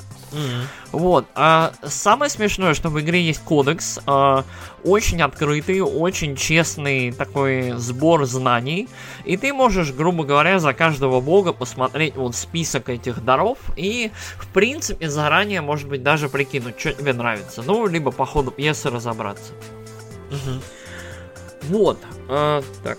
B: Вот. Самое смешное, что в игре есть кодекс, очень открытый, очень честный такой сбор знаний, и ты можешь, грубо говоря, за каждого бога посмотреть вот список этих даров и, в принципе, заранее, может быть, даже прикинуть, что тебе нравится. Ну, либо по ходу пьесы разобраться. Вот. Так.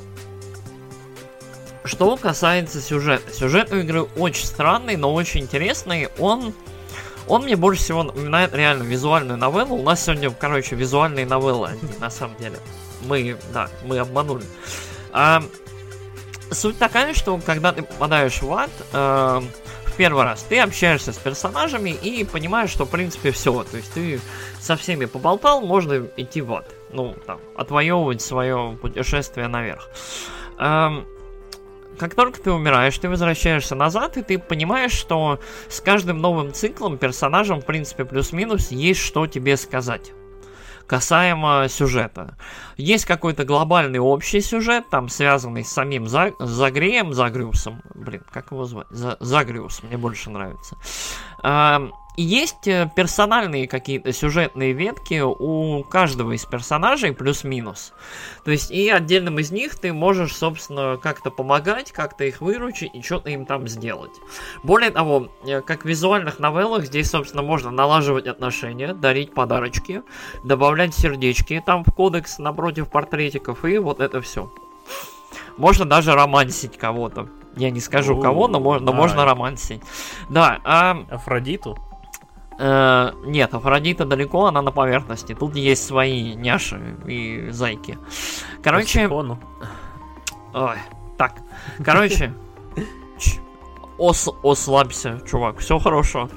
B: Что касается сюжета. Сюжет у игры очень странный, но очень интересный. Он мне больше всего напоминает реально визуальную новеллу. У нас сегодня, визуальные новеллы, на самом деле. Мы обманули. Суть такая, что когда ты попадаешь в ад, в первый раз ты общаешься с персонажами и понимаешь, что в принципе все. То есть ты со всеми поболтал, можно идти в ад. Ну, там, отвоевывать свое путешествие наверх. Как только ты умираешь, ты возвращаешься назад, и ты понимаешь, что с каждым новым циклом персонажам, в принципе, плюс-минус, есть что тебе сказать касаемо сюжета. Есть какой-то глобальный общий сюжет, там, связанный с самим Загриусом. Блин, как его звать? Загриус, мне больше нравится. И есть персональные какие-то сюжетные ветки у каждого из персонажей плюс-минус. То есть и отдельным из них ты можешь, собственно, как-то помогать, как-то их выручить и что-то им там сделать. Более того, как в визуальных новеллах, здесь, собственно, можно налаживать отношения, дарить подарочки, добавлять сердечки там в кодекс напротив портретиков, и вот это все. Можно даже романсить кого-то. Я не скажу кого, но можно романсить. Да.
A: Афродиту?
B: Нет, Афродита далеко, она на поверхности. Тут есть свои няши и зайки. Короче... Ой, так. Короче... Ослабься, чувак, все хорошо.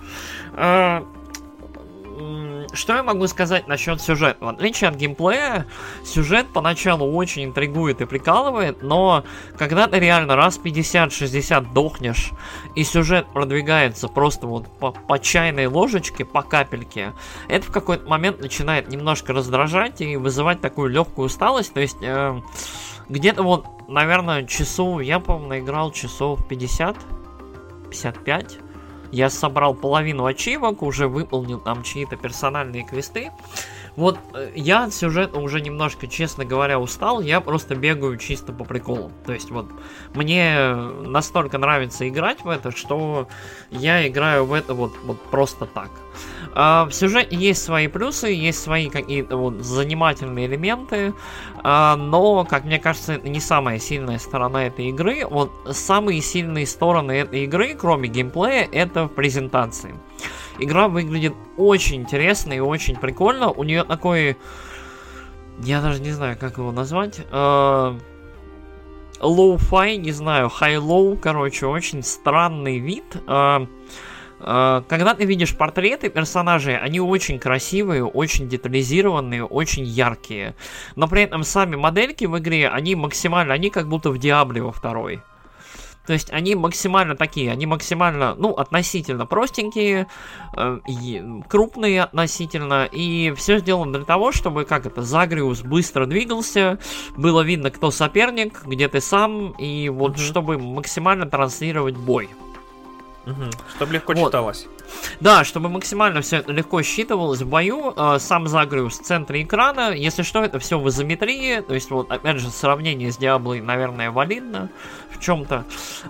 B: Что я могу сказать насчет сюжета? В отличие от геймплея, сюжет поначалу очень интригует и прикалывает, но когда ты реально раз 50-60 дохнешь, и сюжет продвигается просто вот по чайной ложечке, по капельке, это в какой-то момент начинает немножко раздражать и вызывать такую легкую усталость. То есть где-то вот, наверное, я, по-моему, наиграл часов 50-55. Я собрал половину ачивок, уже выполнил там чьи-то персональные квесты. Вот я от сюжета уже немножко, честно говоря, устал, я просто бегаю чисто по приколу. То есть вот мне настолько нравится играть в это, что я играю в это вот просто так. В сюжете есть свои плюсы, есть свои какие-то вот занимательные элементы, но, как мне кажется, это не самая сильная сторона этой игры. Вот самые сильные стороны этой игры, кроме геймплея, это в презентации. Игра выглядит очень интересно и очень прикольно. У нее такой... Я даже не знаю, как его назвать. Low-fi, не знаю, high-low, короче, очень странный вид. Когда ты видишь портреты персонажей, они очень красивые, очень детализированные, очень яркие. Но при этом сами модельки в игре, они максимально... Они как будто в Диабле во второй. То есть они максимально такие, они максимально, ну, относительно простенькие, крупные относительно, и все сделано для того, чтобы, Загриус быстро двигался, было видно, кто соперник, где ты сам, и вот чтобы максимально транслировать бой.
A: Чтобы легко читалось.
B: Да, чтобы максимально все это легко считывалось в бою. Сам Загриус в центре экрана. Если что, это все в изометрии. То есть, вот, опять же, сравнение с Диаблой, наверное, валидно в чем-то.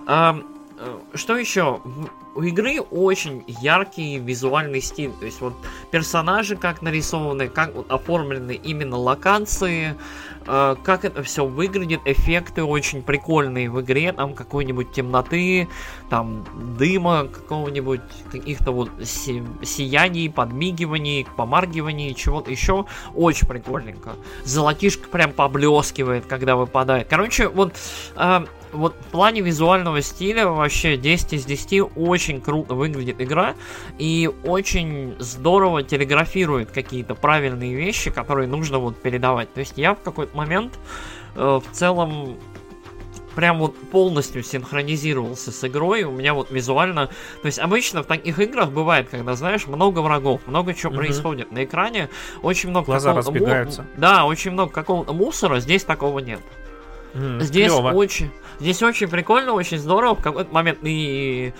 B: Что еще? У игры очень яркий визуальный стиль. То есть, вот, персонажи как нарисованы, как вот оформлены именно локации, как это все выглядит, эффекты очень прикольные в игре, там какой-нибудь темноты, там дыма какого-нибудь, каких-то вот сияний, подмигиваний, помаргиваний, чего-то еще, очень прикольненько. Золотишко прям поблескивает, когда выпадает. Короче, вот в плане визуального стиля вообще 10 из 10 очень круто выглядит игра и очень здорово телеграфирует какие-то правильные вещи, которые нужно вот передавать. То есть я в какой-то момент в целом прям вот полностью синхронизировался с игрой. У меня вот визуально... То есть обычно в таких играх бывает, когда, знаешь, много врагов, много чего происходит на экране, очень много...
A: Глаза разбегаются.
B: Да, очень много какого-то мусора, здесь такого нет. Здесь очень прикольно, очень здорово. В какой-то момент и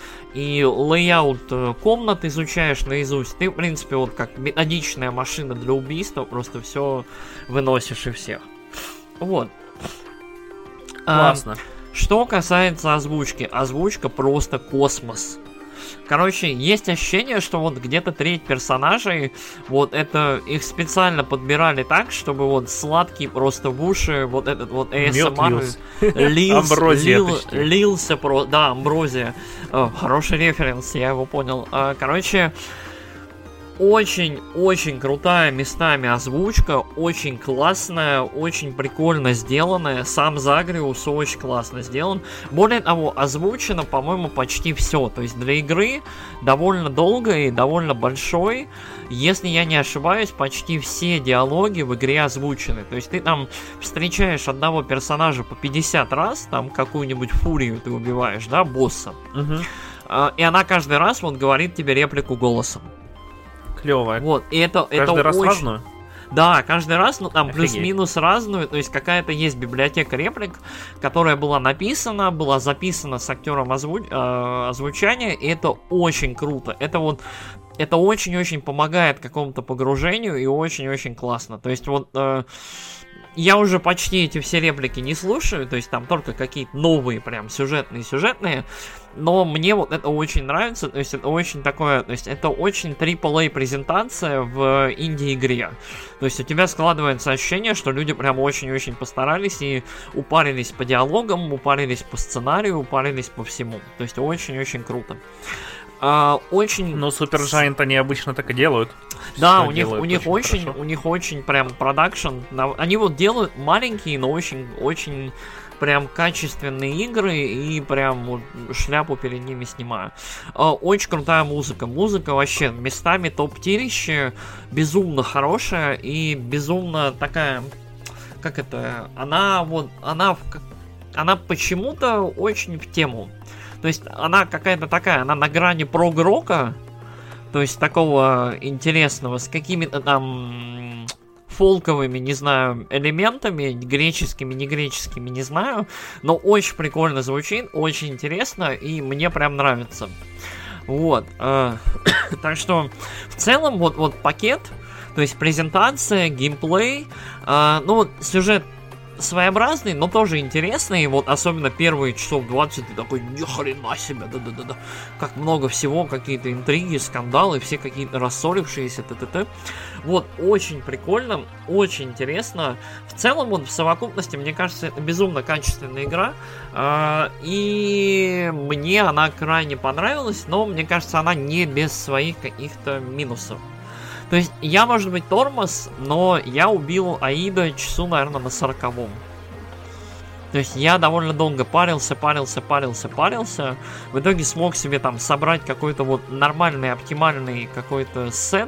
B: лейаут комнат изучаешь наизусть. Ты, в принципе, вот как методичная машина для убийства, просто все выносишь и всех. Вот.
A: Классно.
B: Что касается озвучки. Озвучка просто космос. Короче, есть ощущение, что вот где-то треть персонажей, вот это их специально подбирали так, чтобы вот сладкий просто в уши, вот этот вот ASMR лился про... Да, Амброзия. Хороший референс, я его понял. Короче, очень-очень крутая местами озвучка, очень классная, очень прикольно сделанная. Сам Загриус очень классно сделан. Более того, озвучено, по-моему, почти все. То есть для игры довольно долгой и довольно большой. Если я не ошибаюсь, почти все диалоги в игре озвучены. То есть ты там встречаешь одного персонажа по 50 раз, там какую-нибудь фурию ты убиваешь, да, босса. И она каждый раз вот говорит тебе реплику голосом.
A: Клево.
B: Вот, и это
A: каждый раз
B: очень...
A: разную?
B: Да, каждый раз, ну там
A: Офигеть.
B: плюс-минус разную, то есть какая-то есть библиотека реплик, которая была написана, была записана с актером озвучания, и это очень круто. Это очень-очень помогает какому-то погружению и очень-очень классно. То есть вот я уже почти эти все реплики не слушаю, то есть там только какие-то новые прям сюжетные, но мне вот это очень нравится, то есть это очень такое, то есть это очень AAA презентация в инди-игре. То есть у тебя складывается ощущение, что люди прям очень-очень постарались и упарились по диалогам, упарились по сценарию, упарились по всему. То есть очень-очень круто. Очень...
A: Но Super Giant они обычно так и делают.
B: Да, у них очень прям продакшн. Они вот делают маленькие, но очень прям качественные игры и прям вот шляпу перед ними снимаю. Очень крутая музыка. Музыка вообще местами топ-тирище, безумно хорошая и безумно такая, как это, она почему-то очень в тему. То есть она какая-то такая, она на грани прог-рока, то есть такого интересного, с какими-то там фолковыми, не знаю, элементами, греческими, не греческими, не знаю, но очень прикольно звучит, очень интересно, и мне прям нравится. Вот. Так что, в целом, вот пакет, То есть презентация, геймплей, ну вот сюжет своеобразный, но тоже интересный. Вот особенно первые часов 20 ты такой, ни хрена себе, да-да-да-да. Как много всего, какие-то интриги, скандалы, все какие-то рассорившиеся, т.т. Вот, очень прикольно, очень интересно. В целом, вот в совокупности, мне кажется, это безумно качественная игра. И мне она крайне понравилась, но мне кажется, она не без своих каких-то минусов. То есть я, может быть, тормоз, но я убил Аида часу, наверное, на 40-м. То есть я довольно долго парился. В итоге смог себе там собрать какой-то вот нормальный, оптимальный какой-то сет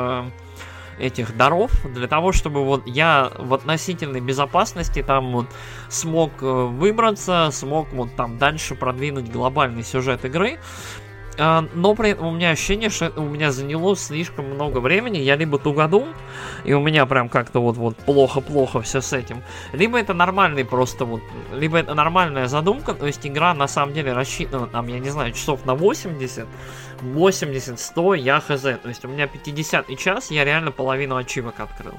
B: этих даров, для того, чтобы вот я в относительной безопасности там вот смог выбраться, смог вот там дальше продвинуть глобальный сюжет игры. Но при этом у меня ощущение, что это у меня заняло слишком много времени. Я либо тугодум, и у меня прям как-то вот плохо-плохо все с этим, либо это нормальный просто вот, либо это нормальная задумка, то есть игра на самом деле рассчитана там, я не знаю, часов на 80, 100, я хз. То есть у меня 50-й час, я реально половину ачивок открыл.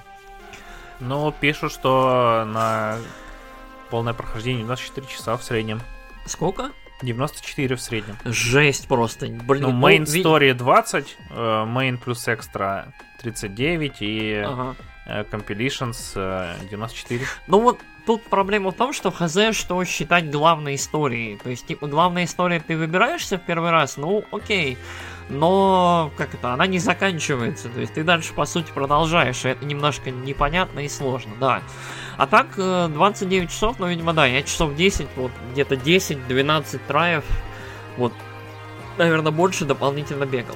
A: Ну, пишут, что на полное прохождение 94 часа в среднем.
B: Сколько?
A: 94 в среднем.
B: Жесть просто. Блин,
A: ну, main story 20, main плюс экстра 39 и compilations 94.
B: Ну вот тут проблема в том, что хз, что считать главной историей. То есть, типа, главная история, ты выбираешься в первый раз, ну окей. Но, как это, она не заканчивается. То есть ты дальше, по сути, продолжаешь. И это немножко непонятно и сложно, да. А так, 29 часов, ну, видимо, да, я часов 10, вот, где-то 10-12 траев, вот, наверное, больше дополнительно бегал.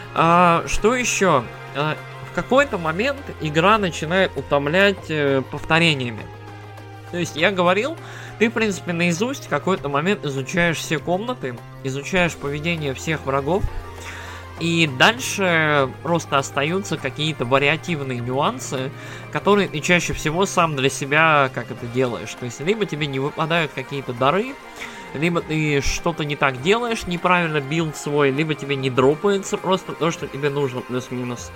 B: Что еще? В какой-то момент игра начинает утомлять повторениями. То есть я говорил, ты, в принципе, наизусть в какой-то момент изучаешь все комнаты, изучаешь поведение всех врагов, и дальше просто остаются какие-то вариативные нюансы, которые ты чаще всего сам для себя как это делаешь. То есть либо тебе не выпадают какие-то дары, либо ты что-то не так делаешь, неправильно билд свой, либо тебе не дропается просто то, что тебе нужно, плюс-минус.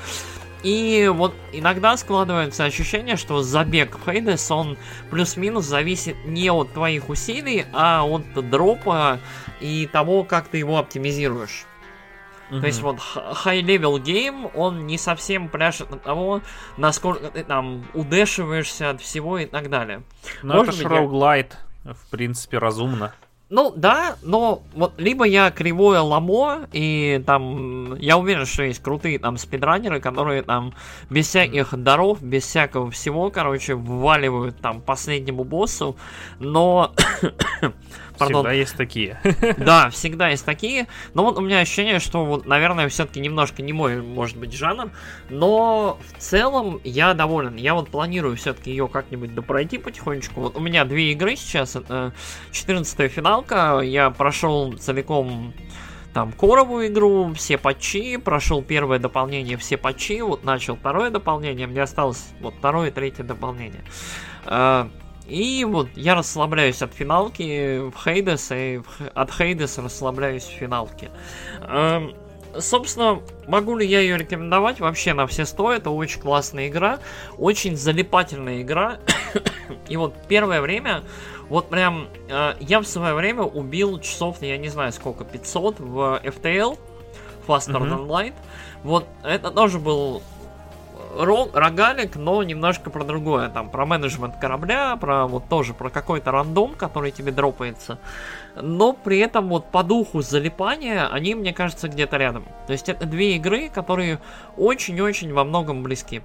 B: И вот иногда складывается ощущение, что забег в Хейдес, он плюс-минус зависит не от твоих усилий, а от дропа и того, как ты его оптимизируешь. То есть вот high-level game, он не совсем пляшет на того, насколько ты там удешиваешься от всего и так далее.
A: Но это же роуглайт, в принципе, разумно.
B: Ну да, но вот либо я кривое ламо, и там я уверен, что есть крутые там спидранеры, которые там без всяких даров, без всякого всего, короче, вваливают там последнему боссу, но...
A: Всегда есть такие.
B: Да, всегда есть такие. Но вот у меня ощущение, что, вот, наверное, все-таки немножко не мой, может быть, жанр. Но в целом я доволен. Я вот планирую все-таки ее как-нибудь допройти потихонечку. Вот у меня 2 игры сейчас. Это 14-я финалка. Я прошел целиком там коровую игру, все патчи. Прошел первое дополнение, все патчи. Вот начал второе дополнение. Мне осталось вот 2-е и 3-е дополнение. И вот я расслабляюсь от финалки в Хейдес, и от Хейдеса расслабляюсь в финалке. Собственно, могу ли я ее рекомендовать вообще на все 100? Это очень классная игра, очень залипательная игра. И вот первое время, вот прям, я в свое время убил часов, я не знаю сколько, 500 в FTL, Faster Than Light. Вот это тоже был... рогалик, но немножко про другое, там, про менеджмент корабля, про вот тоже про какой-то рандом, который тебе дропается, но при этом вот по духу залипания они, мне кажется, где-то рядом. То есть это 2 игры, которые очень-очень во многом близки.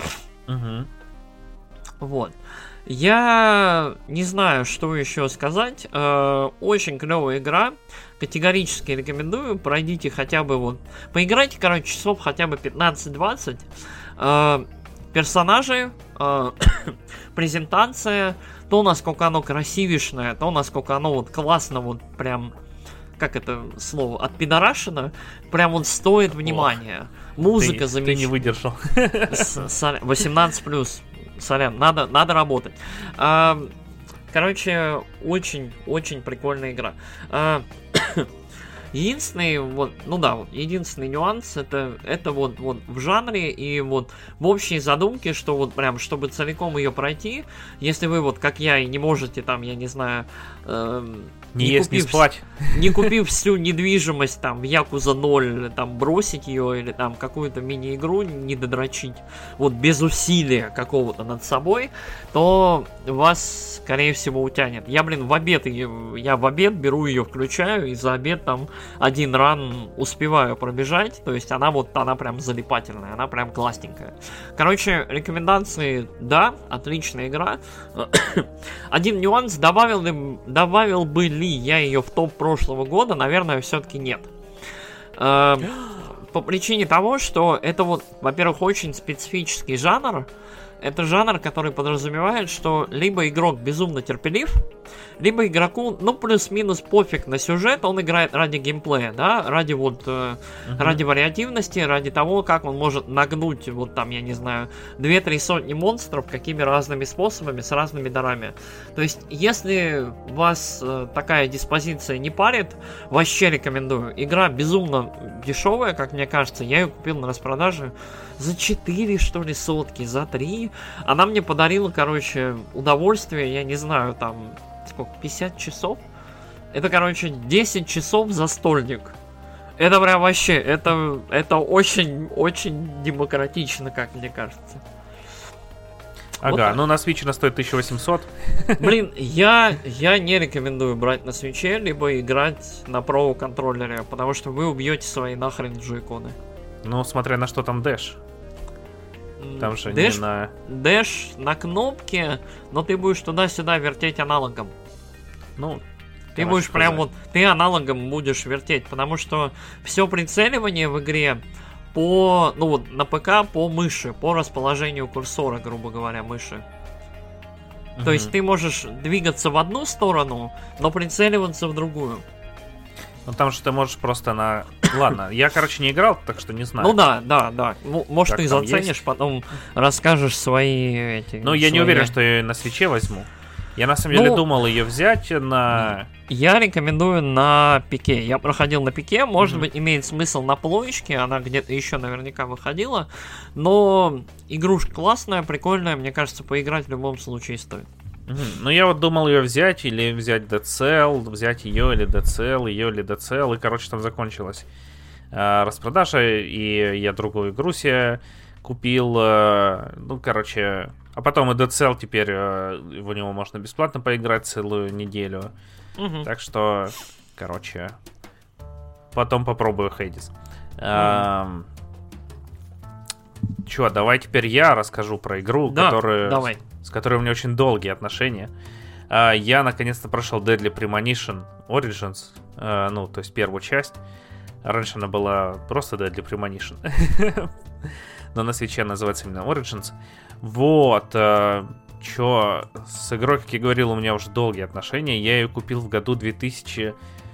B: Вот. Я не знаю, что еще сказать. Очень клевая игра. Категорически рекомендую. Пройдите хотя бы вот... Поиграйте, короче, часов хотя бы 15-20. Персонажи, презентация, то, насколько оно красивишное, то, насколько оно вот классно, вот прям, как это слово, отпидорашено, прям вот стоит внимания. Музыка замечательная.
A: Ты не выдержал.
B: 18+. Сорян, надо работать. Короче, очень-очень прикольная игра. Единственный, вот, ну да, вот, единственный нюанс, это вот в жанре и вот в общей задумке, что вот прям, чтобы целиком ее пройти, если вы вот, как я, и не можете там, я не знаю...
A: Не есть, не спать.
B: Не купив всю недвижимость там в Якуза 0, там бросить ее или там какую-то мини-игру не додрочить, вот без усилия какого-то над собой, то вас, скорее всего, утянет. Я, в обед беру ее, включаю, и за обед там один ран успеваю пробежать, то есть она прям залипательная, она прям классненькая. Короче, рекомендации, да, отличная игра. Один нюанс, добавил бы ли я ее в топ прошлого года, наверное, все-таки нет. По причине того, что это вот, во-первых, очень специфический жанр. Это жанр, который подразумевает, что либо игрок безумно терпелив, либо игроку, ну, плюс-минус пофиг на сюжет, он играет ради геймплея, да, ради ради вариативности, ради того, как он может нагнуть, вот там, я не знаю, 2-3 сотни монстров, какими разными способами, с разными дарами. То есть, если вас такая диспозиция не парит, вообще рекомендую. Игра безумно дешевая, как мне кажется, я ее купил на распродаже за 4, что ли, сотки, за 3. Она мне подарила, короче, удовольствие, я не знаю, там, сколько, 50 часов? Это, короче, 10 часов за стольник. Это прям вообще, это очень демократично, как мне кажется.
A: Ага,
B: вот
A: ну на Switch она стоит 1800.
B: Блин, я не рекомендую брать на Switch, либо играть на Pro контроллере, потому что вы убьете свои нахрен джойконы.
A: Ну, смотря на что там Dash. Там же
B: Dash,
A: не на...
B: Dash на кнопке, но ты будешь туда-сюда вертеть аналогом.
A: Ну,
B: ты будешь прям вот, ты аналогом будешь вертеть, потому что все прицеливание в игре по, ну вот на ПК по мыши, по расположению курсора, грубо говоря, мыши. То есть ты можешь двигаться в одну сторону, но прицеливаться в другую.
A: Ну там же ты можешь просто на... Ладно, я, короче, не играл, так что не знаю.
B: Ну да. Ну, может,
A: как
B: ты заценишь,
A: есть.
B: Потом расскажешь свои эти...
A: Ну, я не уверен, что я ее на Switch'е возьму. Я на самом деле думал ее взять на...
B: Я рекомендую на пике. Я проходил на пике, может быть, имеет смысл на плоечке, она где-то еще наверняка выходила. Но игрушка классная, прикольная, мне кажется, поиграть в любом случае стоит.
A: Ну, я вот думал ее взять, или взять Dead Cell, взять ее или Dead Cell, и, короче, там закончилась распродажа, и я другую игру себе купил, ну, короче, а потом и Dead Cell теперь в него можно бесплатно поиграть целую неделю, так что, короче, потом попробую Hades. Чё, давай теперь я расскажу про игру, с которой у меня очень долгие отношения. Я наконец-то прошел Deadly Premonition Origins, ну, то есть первую часть. Раньше она была просто Deadly Premonition, но на Switch называется именно Origins. Вот, чё, с игрой, как я говорил, у меня уже долгие отношения. Я ее купил в году 2007,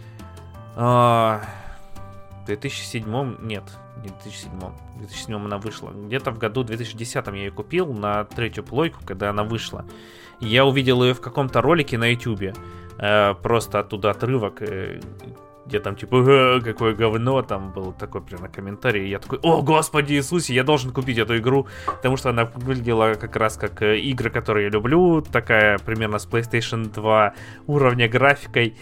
A: нет, не 2007. В 2007 она вышла. Где-то в году 2010 я ее купил на третью плойку, когда она вышла. Я увидел ее в каком-то ролике на YouTube. Просто оттуда отрывок, где там типа какое говно, там был такой прям комментарий. И я такой: о, Господи Иисусе, я должен купить эту игру, потому что она выглядела как раз как игры, которые я люблю. Такая примерно с PlayStation 2 уровня графикой.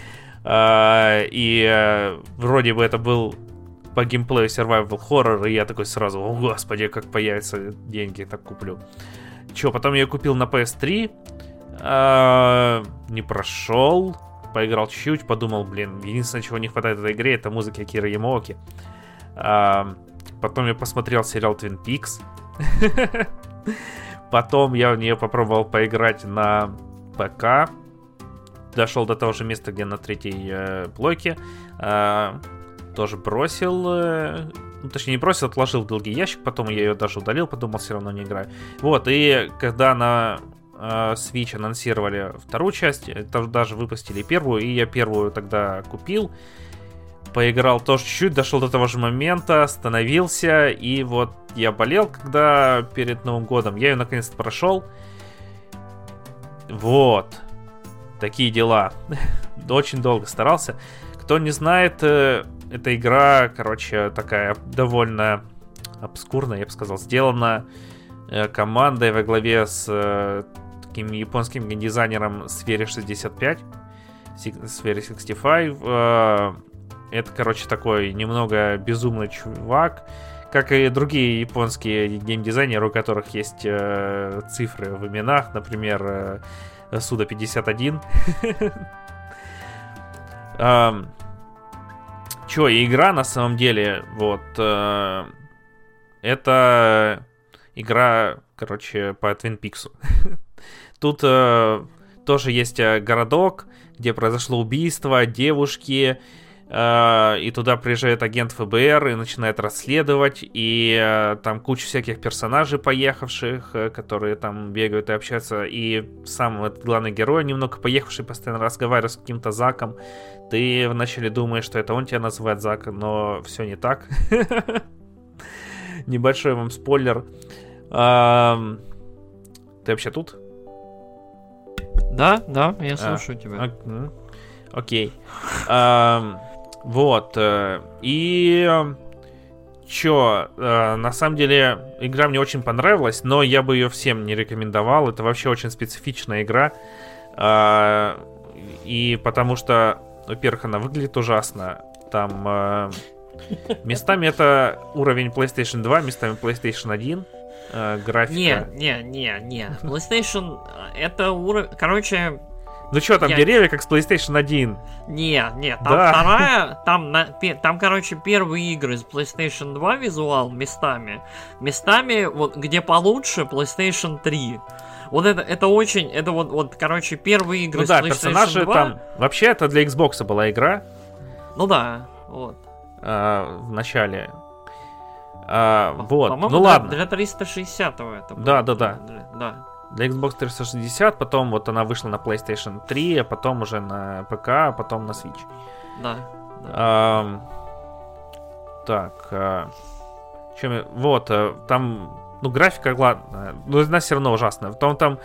A: И вроде бы это был по геймплею survival horror, и я такой сразу: о, Господи, как появятся деньги, так куплю. Чё, потом я купил на PS3, не прошел, поиграл чуть-чуть, подумал, блин, единственное, чего не хватает в этой игре, это музыки Акиры Ямаоки. Потом я посмотрел сериал Twin Peaks. Потом я в нее попробовал поиграть на ПК. Дошел до того же места, где на третьей плойке. Тоже бросил, ну, точнее не бросил, отложил в долгий ящик, потом я ее даже удалил, подумал, все равно не играю. Вот, и когда на Switch анонсировали вторую часть, там даже выпустили первую, и я первую тогда купил, поиграл тоже чуть-чуть, дошел до того же момента, остановился, и вот я болел, когда перед Новым годом, я ее наконец-то прошел. Вот, такие дела. Очень долго старался. Кто не знает, эта игра, короче, такая довольно обскурная, я бы сказал, сделана командой во главе с таким японским геймдизайнером Сфере 65, Сфере 65. Это, короче, такой немного безумный чувак, как и другие японские геймдизайнеры, у которых есть цифры в именах, например, Суда 51. Игра на самом деле, вот, это игра, короче, по Twin Peaks. Тут тоже есть городок, где произошло убийство девушки, и туда приезжает агент ФБР и начинает расследовать, и там куча всяких персонажей поехавших, которые там бегают и общаются, и сам этот главный герой, немного поехавший, постоянно разговаривает с каким-то Заком. Ты вначале думаешь, что это он тебя называет Зак, но все не так. Небольшой вам спойлер. Ты вообще тут?
B: Да, я слушаю тебя.
A: Окей. Вот. И на самом деле игра мне очень понравилась, но я бы ее всем не рекомендовал. Это вообще очень специфичная игра. И потому что, во-первых, она выглядит ужасно. Там местами это уровень PlayStation 2, местами PlayStation 1. Графика.
B: Не. PlayStation это уровень. Короче.
A: Ну что, там деревья, как с PlayStation 1?
B: Не, там вторая, там, короче, первые игры с PlayStation 2 визуал местами, вот где получше PlayStation 3. Вот это очень, это вот, короче, первые игры с PlayStation 2.
A: Персонажи там, вообще это для Xbox была игра.
B: Ну да, вот.
A: В начале. Вот,
B: по-моему,
A: ну ладно.
B: Для 360-го это
A: было.
B: Да.
A: Для Xbox 360, потом вот она вышла на PlayStation 3, а потом уже на ПК, а потом на Switch.
B: Да.
A: Вот, там, ну, графика, ладно, но она все равно ужасная. Потом там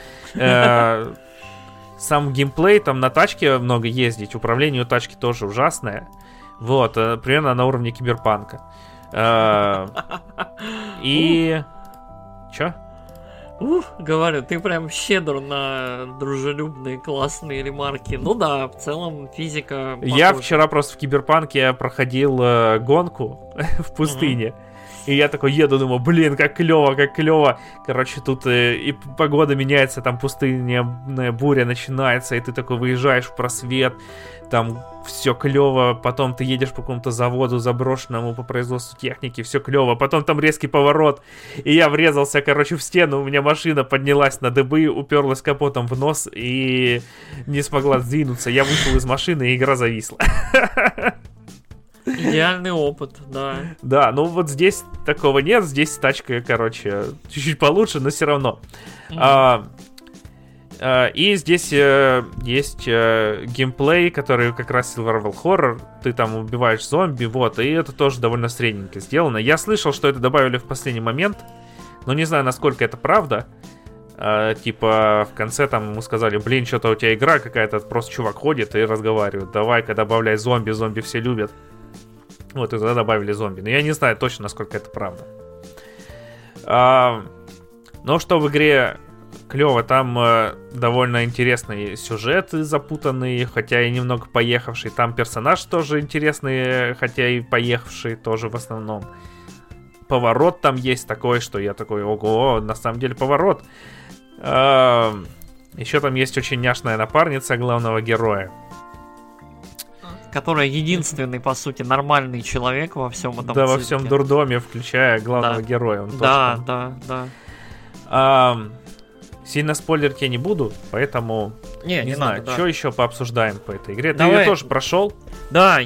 A: сам геймплей, там на тачке много ездить, управление у тачки тоже ужасное. Вот, примерно на уровне Киберпанка. И... Чё?
B: Говорю, ты прям щедр на дружелюбные классные ремарки. Ну да, в целом физика похожа.
A: Я вчера просто в Киберпанке проходил гонку в пустыне. И я такой еду, думаю, блин, как клево. Короче, тут и погода меняется, там пустынная буря начинается, и ты такой выезжаешь в просвет, там все клево, потом ты едешь по какому-то заводу заброшенному по производству техники, все клево, потом там резкий поворот, и я врезался, короче, в стену, у меня машина поднялась на дыбы, уперлась капотом в нос и не смогла сдвинуться. Я вышел из машины, и игра зависла.
B: Идеальный опыт, да.
A: Да, ну вот здесь такого нет, здесь тачка, короче, чуть-чуть получше, но все равно. И здесь есть геймплей, который как раз survival horror. Ты там убиваешь зомби, вот, и это тоже довольно средненько сделано. Я слышал, что это добавили в последний момент, но не знаю, насколько это правда. Типа в конце там ему сказали, блин, что-то у тебя игра какая-то, просто чувак ходит и разговаривает. Давай-ка добавляй зомби все любят. Вот, и тогда добавили зомби. Но я не знаю точно, насколько это правда. Но что в игре клево, там довольно интересный сюжет запутанный, хотя и немного поехавший. Там персонаж тоже интересный, хотя и поехавший тоже в основном. Поворот там есть такой, что я такой, ого, на самом деле поворот. Еще там есть очень няшная напарница главного героя,
B: которая единственный, по сути, нормальный человек во всем этом
A: да,
B: цирке.
A: во всем дурдоме, включая главного героя. Он
B: да.
A: Сильно спойлерить я не буду, поэтому не знаю, что еще пообсуждаем по этой игре. Ты ее тоже прошел?
B: Да,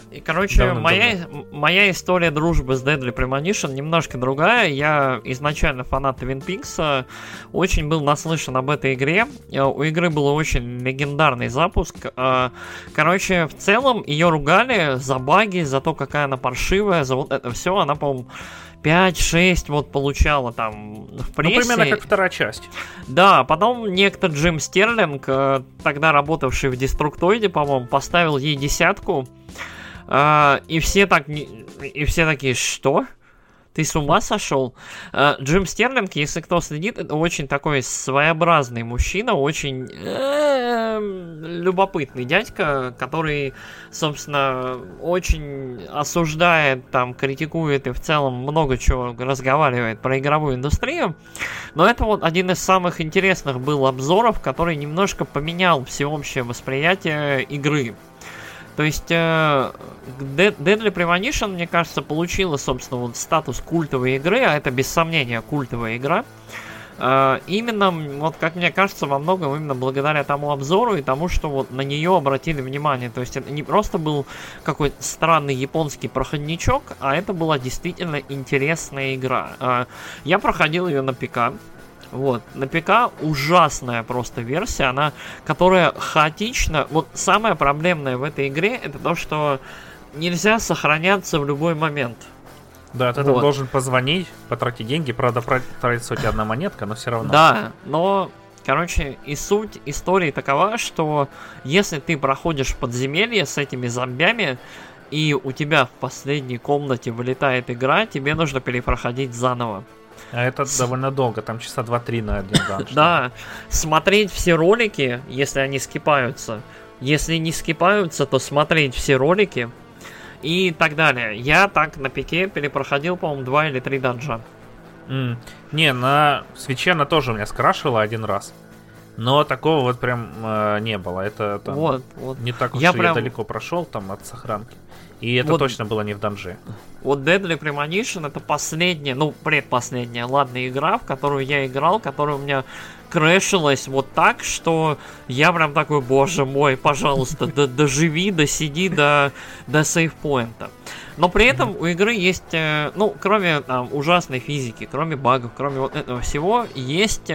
B: моя история дружбы с Deadly Premonition немножко другая. Я изначально фанат Twin Peaks, очень был наслышан об этой игре. У игры был очень легендарный запуск. Короче, в целом ее ругали за баги, за то, какая она паршивая, за вот это все. Она, по-моему, 5-6 вот получала там в прессе.
A: Ну, примерно как вторая часть.
B: Да, потом некто Джим Стерлинг, тогда работавший в Деструктоиде, по-моему, поставил ей 10. И все такие, что? Ты с ума сошел? Джим Стерлинг, если кто следит, это очень такой своеобразный мужчина, очень любопытный дядька, который, собственно, очень осуждает, там, критикует и в целом много чего разговаривает про игровую индустрию. Но это вот один из самых интересных был обзоров, который немножко поменял всеобщее восприятие игры. То есть Deadly Premonition, мне кажется, получила, собственно, вот статус культовой игры, а это без сомнения культовая игра. Именно, вот как мне кажется, во многом именно благодаря тому обзору и тому, что вот на нее обратили внимание. То есть это не просто был какой-то странный японский проходничок, а это была действительно интересная игра. Я проходил ее на ПК. Вот, на ПК ужасная просто версия, она, которая хаотична. Вот самое проблемное в этой игре это то, что нельзя сохраняться в любой момент.
A: Да, ты вот должен позвонить, потратить деньги, правда, тратится у тебя одна монетка, но все равно.
B: Да, но, короче, и суть истории такова, что если ты проходишь подземелье с этими зомбями, и у тебя в последней комнате вылетает игра, тебе нужно перепроходить заново.
A: А это довольно долго, там часа 2-3 на один данж.
B: Да, смотреть все ролики, если они скипаются. Если не скипаются, то смотреть все ролики и так далее. Я так на пике перепроходил, по-моему, 2 или 3 данжа.
A: Не, на свече она тоже у меня скрашивала один раз. Но такого вот прям не было. Это там
B: вот.
A: Не так уж я далеко прошел там от сохранки. И это вот, точно было не в данже.
B: Вот Deadly Premonition это последняя, ну, предпоследняя, ладно, игра, в которую я играл, которая у меня крэшилась вот так, что я прям такой, боже мой, пожалуйста, доживи, досиди до сейвпоинта. Но при этом у игры есть, ну, кроме там ужасной физики, кроме багов, кроме вот этого всего, есть...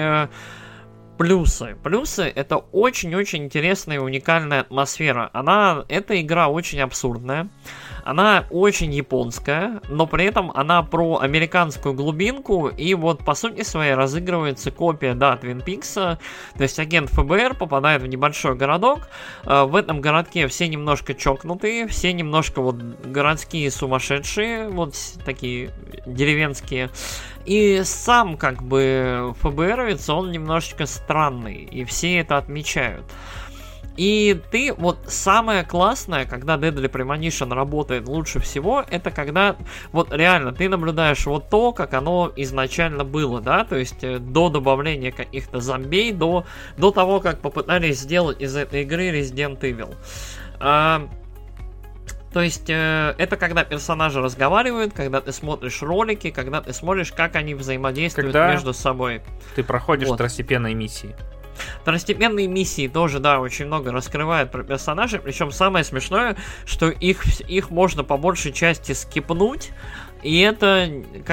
B: Плюсы. Плюсы — это очень-очень интересная и уникальная атмосфера. Эта игра очень абсурдная, она очень японская, но при этом она про американскую глубинку, и вот по сути своей разыгрывается копия, да, Твин Пикса, то есть агент ФБР попадает в небольшой городок, в этом городке все немножко чокнутые, все немножко вот городские сумасшедшие, вот такие деревенские. И сам, как бы, ФБРовец, он немножечко странный, и все это отмечают. И ты, вот самое классное, когда Deadly Premonition работает лучше всего, это когда, вот реально, ты наблюдаешь вот то, как оно изначально было, да, то есть до добавления каких-то зомбей, до того, как попытались сделать из этой игры Resident Evil. То есть, это когда персонажи разговаривают, когда ты смотришь ролики, когда ты смотришь, как они взаимодействуют между собой.
A: Ты проходишь второстепенные миссии.
B: Второстепенные миссии тоже, да, очень много раскрывают про персонажей. Причем самое смешное, что их можно по большей части скипнуть. И это,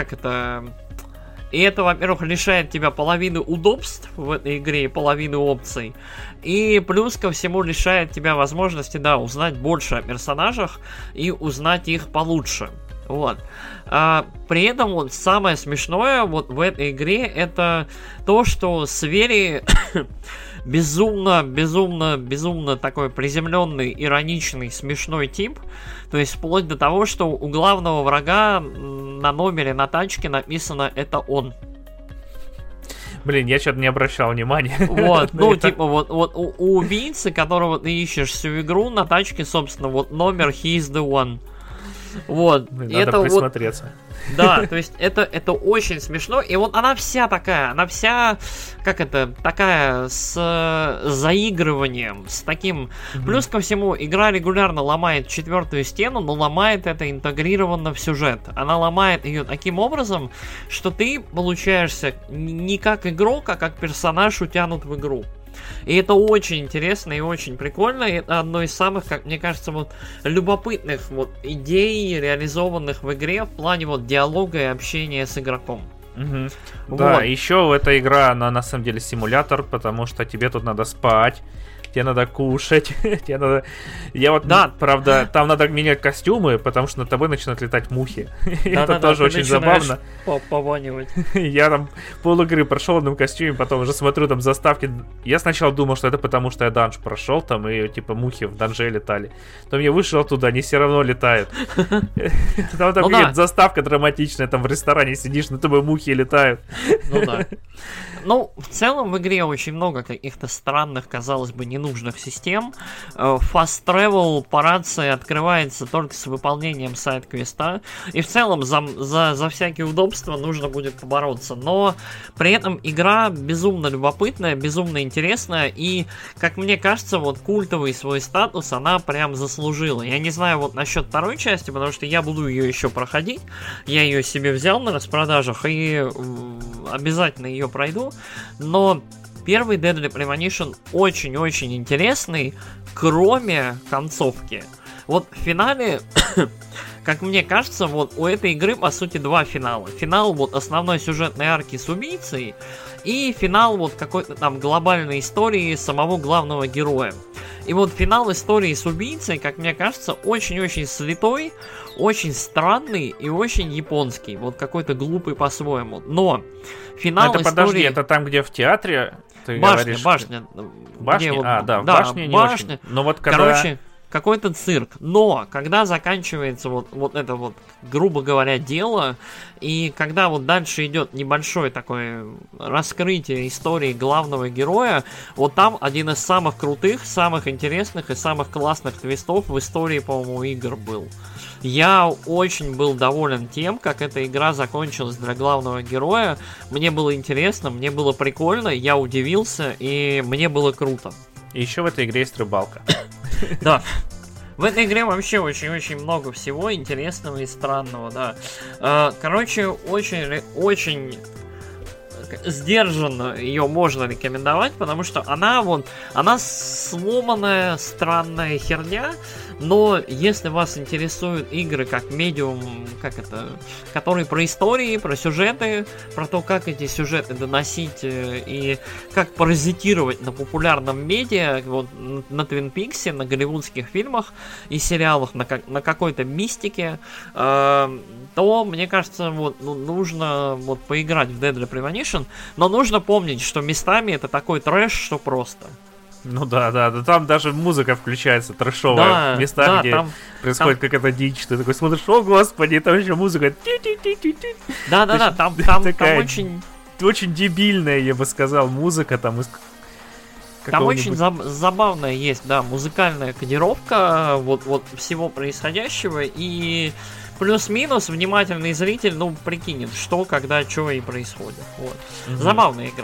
B: И это, во-первых, лишает тебя половины удобств в этой игре, половины опций. И плюс ко всему лишает тебя возможности, да, узнать больше о персонажах и узнать их получше. Вот. При этом вот самое смешное вот в этой игре это то, что Свери безумно такой приземленный, ироничный, смешной тип. То есть вплоть до того, что у главного врага на номере на тачке написано «это он».
A: Блин, я что-то не обращал внимания.
B: Вот, ну, типа, вот у убийцы, которого ты ищешь всю игру, на тачке, собственно, вот номер «He's the one». Вот.
A: Блин, надо присмотреться.
B: Вот, да, то есть это очень смешно. И вот она вся, такая с заигрыванием, с таким... Плюс ко всему, игра регулярно ломает четвертую стену, но ломает это интегрированно в сюжет. Она ломает ее таким образом, что ты получаешься не как игрок, а как персонаж утянут в игру. И это очень интересно и очень прикольно. И это одно из самых, как мне кажется, вот любопытных вот идей, реализованных в игре в плане вот диалога и общения с игроком.
A: Вот. Да, еще эта игра, она на самом деле симулятор, потому что тебе тут надо спать, тебе надо кушать, тебе надо... Я вот,
B: Да.
A: правда, там надо менять костюмы, потому что над тобой начинают летать мухи. Это тоже очень забавно.
B: Пованивать.
A: Я там пол-игры прошел в одном костюме, потом уже смотрю там заставки. Я сначала думал, что это потому, что я данж прошел там, и типа мухи в данже летали. Потом я вышел туда, они все равно летают. Там какая-то заставка драматичная, там в ресторане сидишь, на тобой мухи летают.
B: Ну да. Ну, в целом в игре очень много каких-то странных, казалось бы, ненужных систем. Fast Travel по рации открывается только с выполнением сайд-квеста. И в целом за всякие удобства нужно будет побороться. Но при этом игра безумно любопытная, безумно интересная. И, как мне кажется, вот культовый свой статус она прям заслужила. Я не знаю вот насчет второй части, потому что я буду ее еще проходить. Я ее себе взял на распродажах и обязательно ее пройду. Но первый Deadly Premonition очень-очень интересный, кроме концовки. Вот в финале, как мне кажется, вот у этой игры, по сути, два финала. Финал вот основной сюжетной арки с убийцей и финал вот какой-то там глобальной истории самого главного героя. И вот финал истории с убийцей, как мне кажется, очень-очень слитой, очень странный и очень японский. Вот какой-то глупый по-своему. Но финал
A: это,
B: истории...
A: подожди, это там, где в театре ты говоришь...
B: Башня.
A: Башня?
B: Вот...
A: Да, в башне не очень. Но вот когда...
B: Короче, какой-то цирк. Но когда заканчивается вот это вот, грубо говоря, дело, и когда вот дальше идет небольшое такое раскрытие истории главного героя, вот там один из самых крутых, самых интересных и самых классных твистов в истории, по-моему, игр был. Я очень был доволен тем, как эта игра закончилась для главного героя. Мне было интересно, мне было прикольно, я удивился, и мне было круто.
A: И еще в этой игре есть рыбалка.
B: Да. В этой игре вообще очень-очень много всего интересного и странного, да. Короче, очень сдержанно ее можно рекомендовать, потому что она сломанная, странная херня, но если вас интересуют игры как медиум, которые про истории, про сюжеты, про то, как эти сюжеты доносить и как паразитировать на популярном медиа, вот на Твин Пиксе, на голливудских фильмах и сериалах, на какой-то мистике, то, мне кажется, нужно поиграть в Deadly Premonition, но нужно помнить, что местами это такой трэш, что просто.
A: Ну да, там даже музыка включается трэшовая, в местах, где происходит какая-то дичь, ты такой смотришь, о господи, там еще музыка.
B: Да, там очень...
A: Очень дебильная, я бы сказал, музыка там из...
B: Там очень забавная есть, да, музыкальная кодировка вот всего происходящего, и плюс-минус внимательный зритель, прикинет, что, когда, что и происходит. Вот. Забавная игра.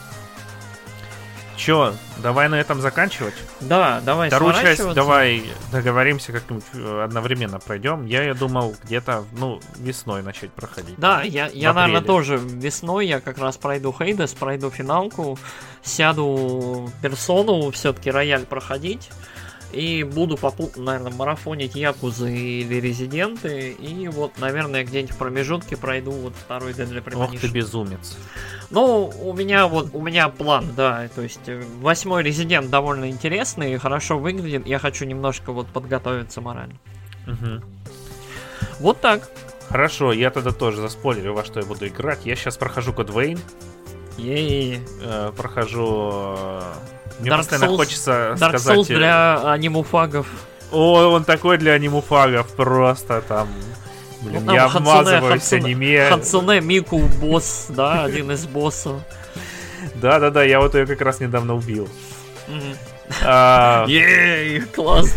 A: Чё, давай на этом заканчивать?
B: Да, давай
A: вторую часть давай договоримся, как-нибудь одновременно пройдем. Я думал где-то, весной начать проходить.
B: Да, я наверное, тоже весной я как раз пройду Хейдес, пройду финалку, сяду персону, все-таки рояль проходить. И буду попутно, наверное, марафонить Якузы или Резиденты. И вот, наверное, где-нибудь в промежутке пройду второй Deadly Premonition.
A: Ох ты безумец.
B: У меня план, да. То есть 8-й Резидент довольно интересный, хорошо выглядит. Я хочу немножко подготовиться морально.
A: Угу.
B: Вот так.
A: Хорошо, я тогда тоже заспойлерю, во что я буду играть. Я сейчас прохожу Код Вейн. Прохожу... Мне постоянно хочется
B: Dark
A: сказать...
B: Souls для анимуфагов.
A: Ой, он такой для анимуфагов, просто там... Блин, я обмазываюсь аниме.
B: Хацуне Мику босс, да, один из боссов.
A: Да, я вот ее как раз недавно убил.
B: Ей, класс.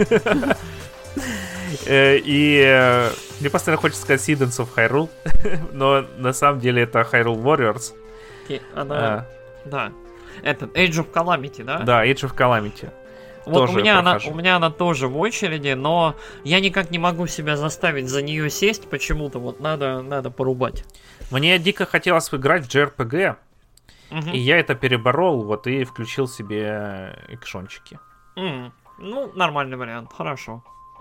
A: И мне постоянно хочется сказать Seedens of Hyrule, но на самом деле это Hyrule Warriors.
B: Да. Это Age of Calamity, да?
A: Да, Age of Calamity.
B: Вот у меня она тоже в очереди, но я никак не могу себя заставить за нее сесть, почему-то надо порубать.
A: Мне дико хотелось играть в JRPG, и я это переборол, и включил себе экшончики.
B: Нормальный вариант, хорошо.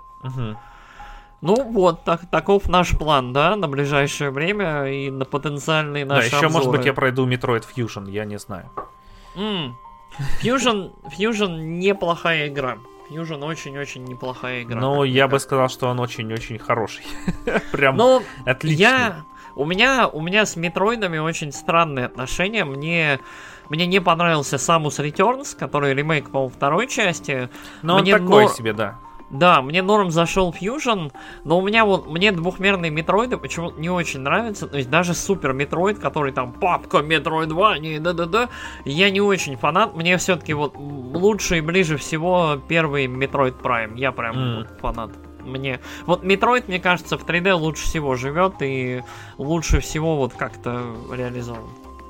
B: Таков наш план, да, на ближайшее время и на потенциальные наши обзоры.
A: Еще, может быть, я пройду Metroid Fusion, я не знаю.
B: Fusion неплохая игра. Fusion очень-очень неплохая игра.
A: Ну, я бы сказал, что он очень-очень хороший. Прям отличный.
B: У меня с метроидами очень странные отношения. Мне не понравился Samus Returns, который ремейк, по-моему, второй части.
A: Но он такой себе, да.
B: Да, мне норм зашел Fusion, но мне двухмерные метроиды почему-то не очень нравятся. То есть даже Супер Метроид, который там папка Метроидвания, да-да-да, я не очень фанат. Мне все-таки вот лучше и ближе всего первый Metroid Prime. Я прям вот фанат. Вот Metroid, мне кажется, в 3D лучше всего живет и лучше всего вот как-то реализован.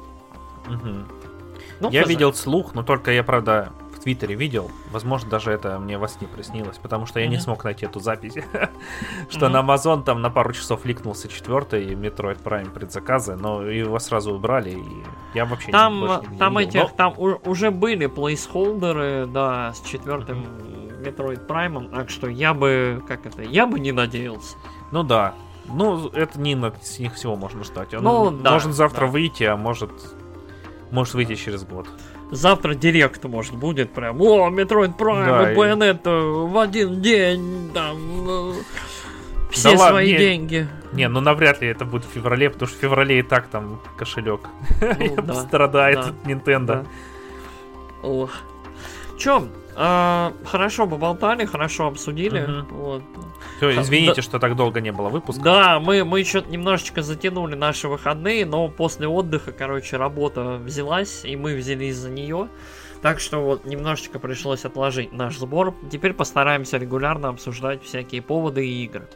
A: Ну, я видел слух, но только я, правда, в Твиттере видел. Возможно, даже это мне во сне приснилось, потому что я не смог найти эту запись. Что на Amazon там на пару часов ликнулся 4-й Metroid Prime предзаказы, но его сразу убрали, и я вообще не видел.
B: Там уже были плейсхолдеры, да, с 4-м Metroid Prime, так что я бы не надеялся.
A: Ну да. Ну, это с них всего можно ждать. Он должен завтра выйти, а может выйти через год.
B: Завтра директ, может, будет прям. О, Metroid Prime и Bayonetta в один день, там, все свои деньги.
A: Не, ну навряд ли это будет в феврале, потому что в феврале и так там кошелек страдает от Nintendo.
B: Ох. Чё, хорошо поболтали, хорошо обсудили. Вот.
A: Все, извините, что так долго не было выпуска.
B: Да, мы еще немножечко затянули наши выходные, но после отдыха, короче, работа взялась, и мы взялись за нее. Так что вот немножечко пришлось отложить наш сбор. Теперь постараемся регулярно обсуждать всякие поводы и игры.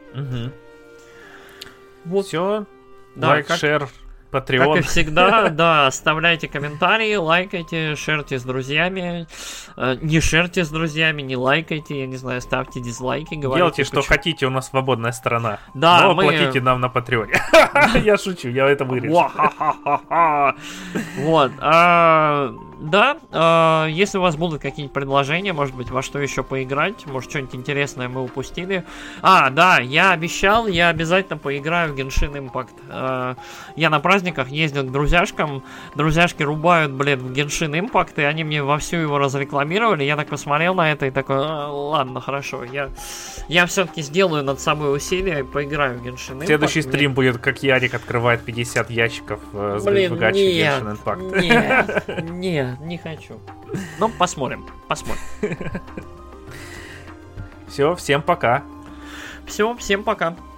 A: Вот. Все. Лайк, шер. Patreon.
B: Как и всегда, да, оставляйте комментарии, лайкайте, шерьте с друзьями. Не шерьте с друзьями, не лайкайте, я не знаю, ставьте дизлайки.
A: Делайте, что хотите, у нас свободная страна.
B: Да,
A: но платите нам на Патреоне. Я шучу, я это вырежу.
B: Вот. Да, если у вас будут какие-нибудь предложения, может быть, во что еще поиграть, может, что-нибудь интересное мы упустили. Да, я обещал, я обязательно поиграю в Genshin Impact. Я на праздниках ездил к друзьяшкам, друзьяшки рубают, в Genshin Impact, и они мне вовсю его разрекламировали, я так посмотрел на это и такой, ладно, хорошо, я все-таки сделаю над собой усилия и поиграю в Genshin Impact.
A: Следующий стрим будет, как Ярик открывает 50 ящиков с гачи Genshin Impact.
B: Нет, не хочу. Ну, посмотрим.
A: Все, всем пока.
B: Все, всем пока.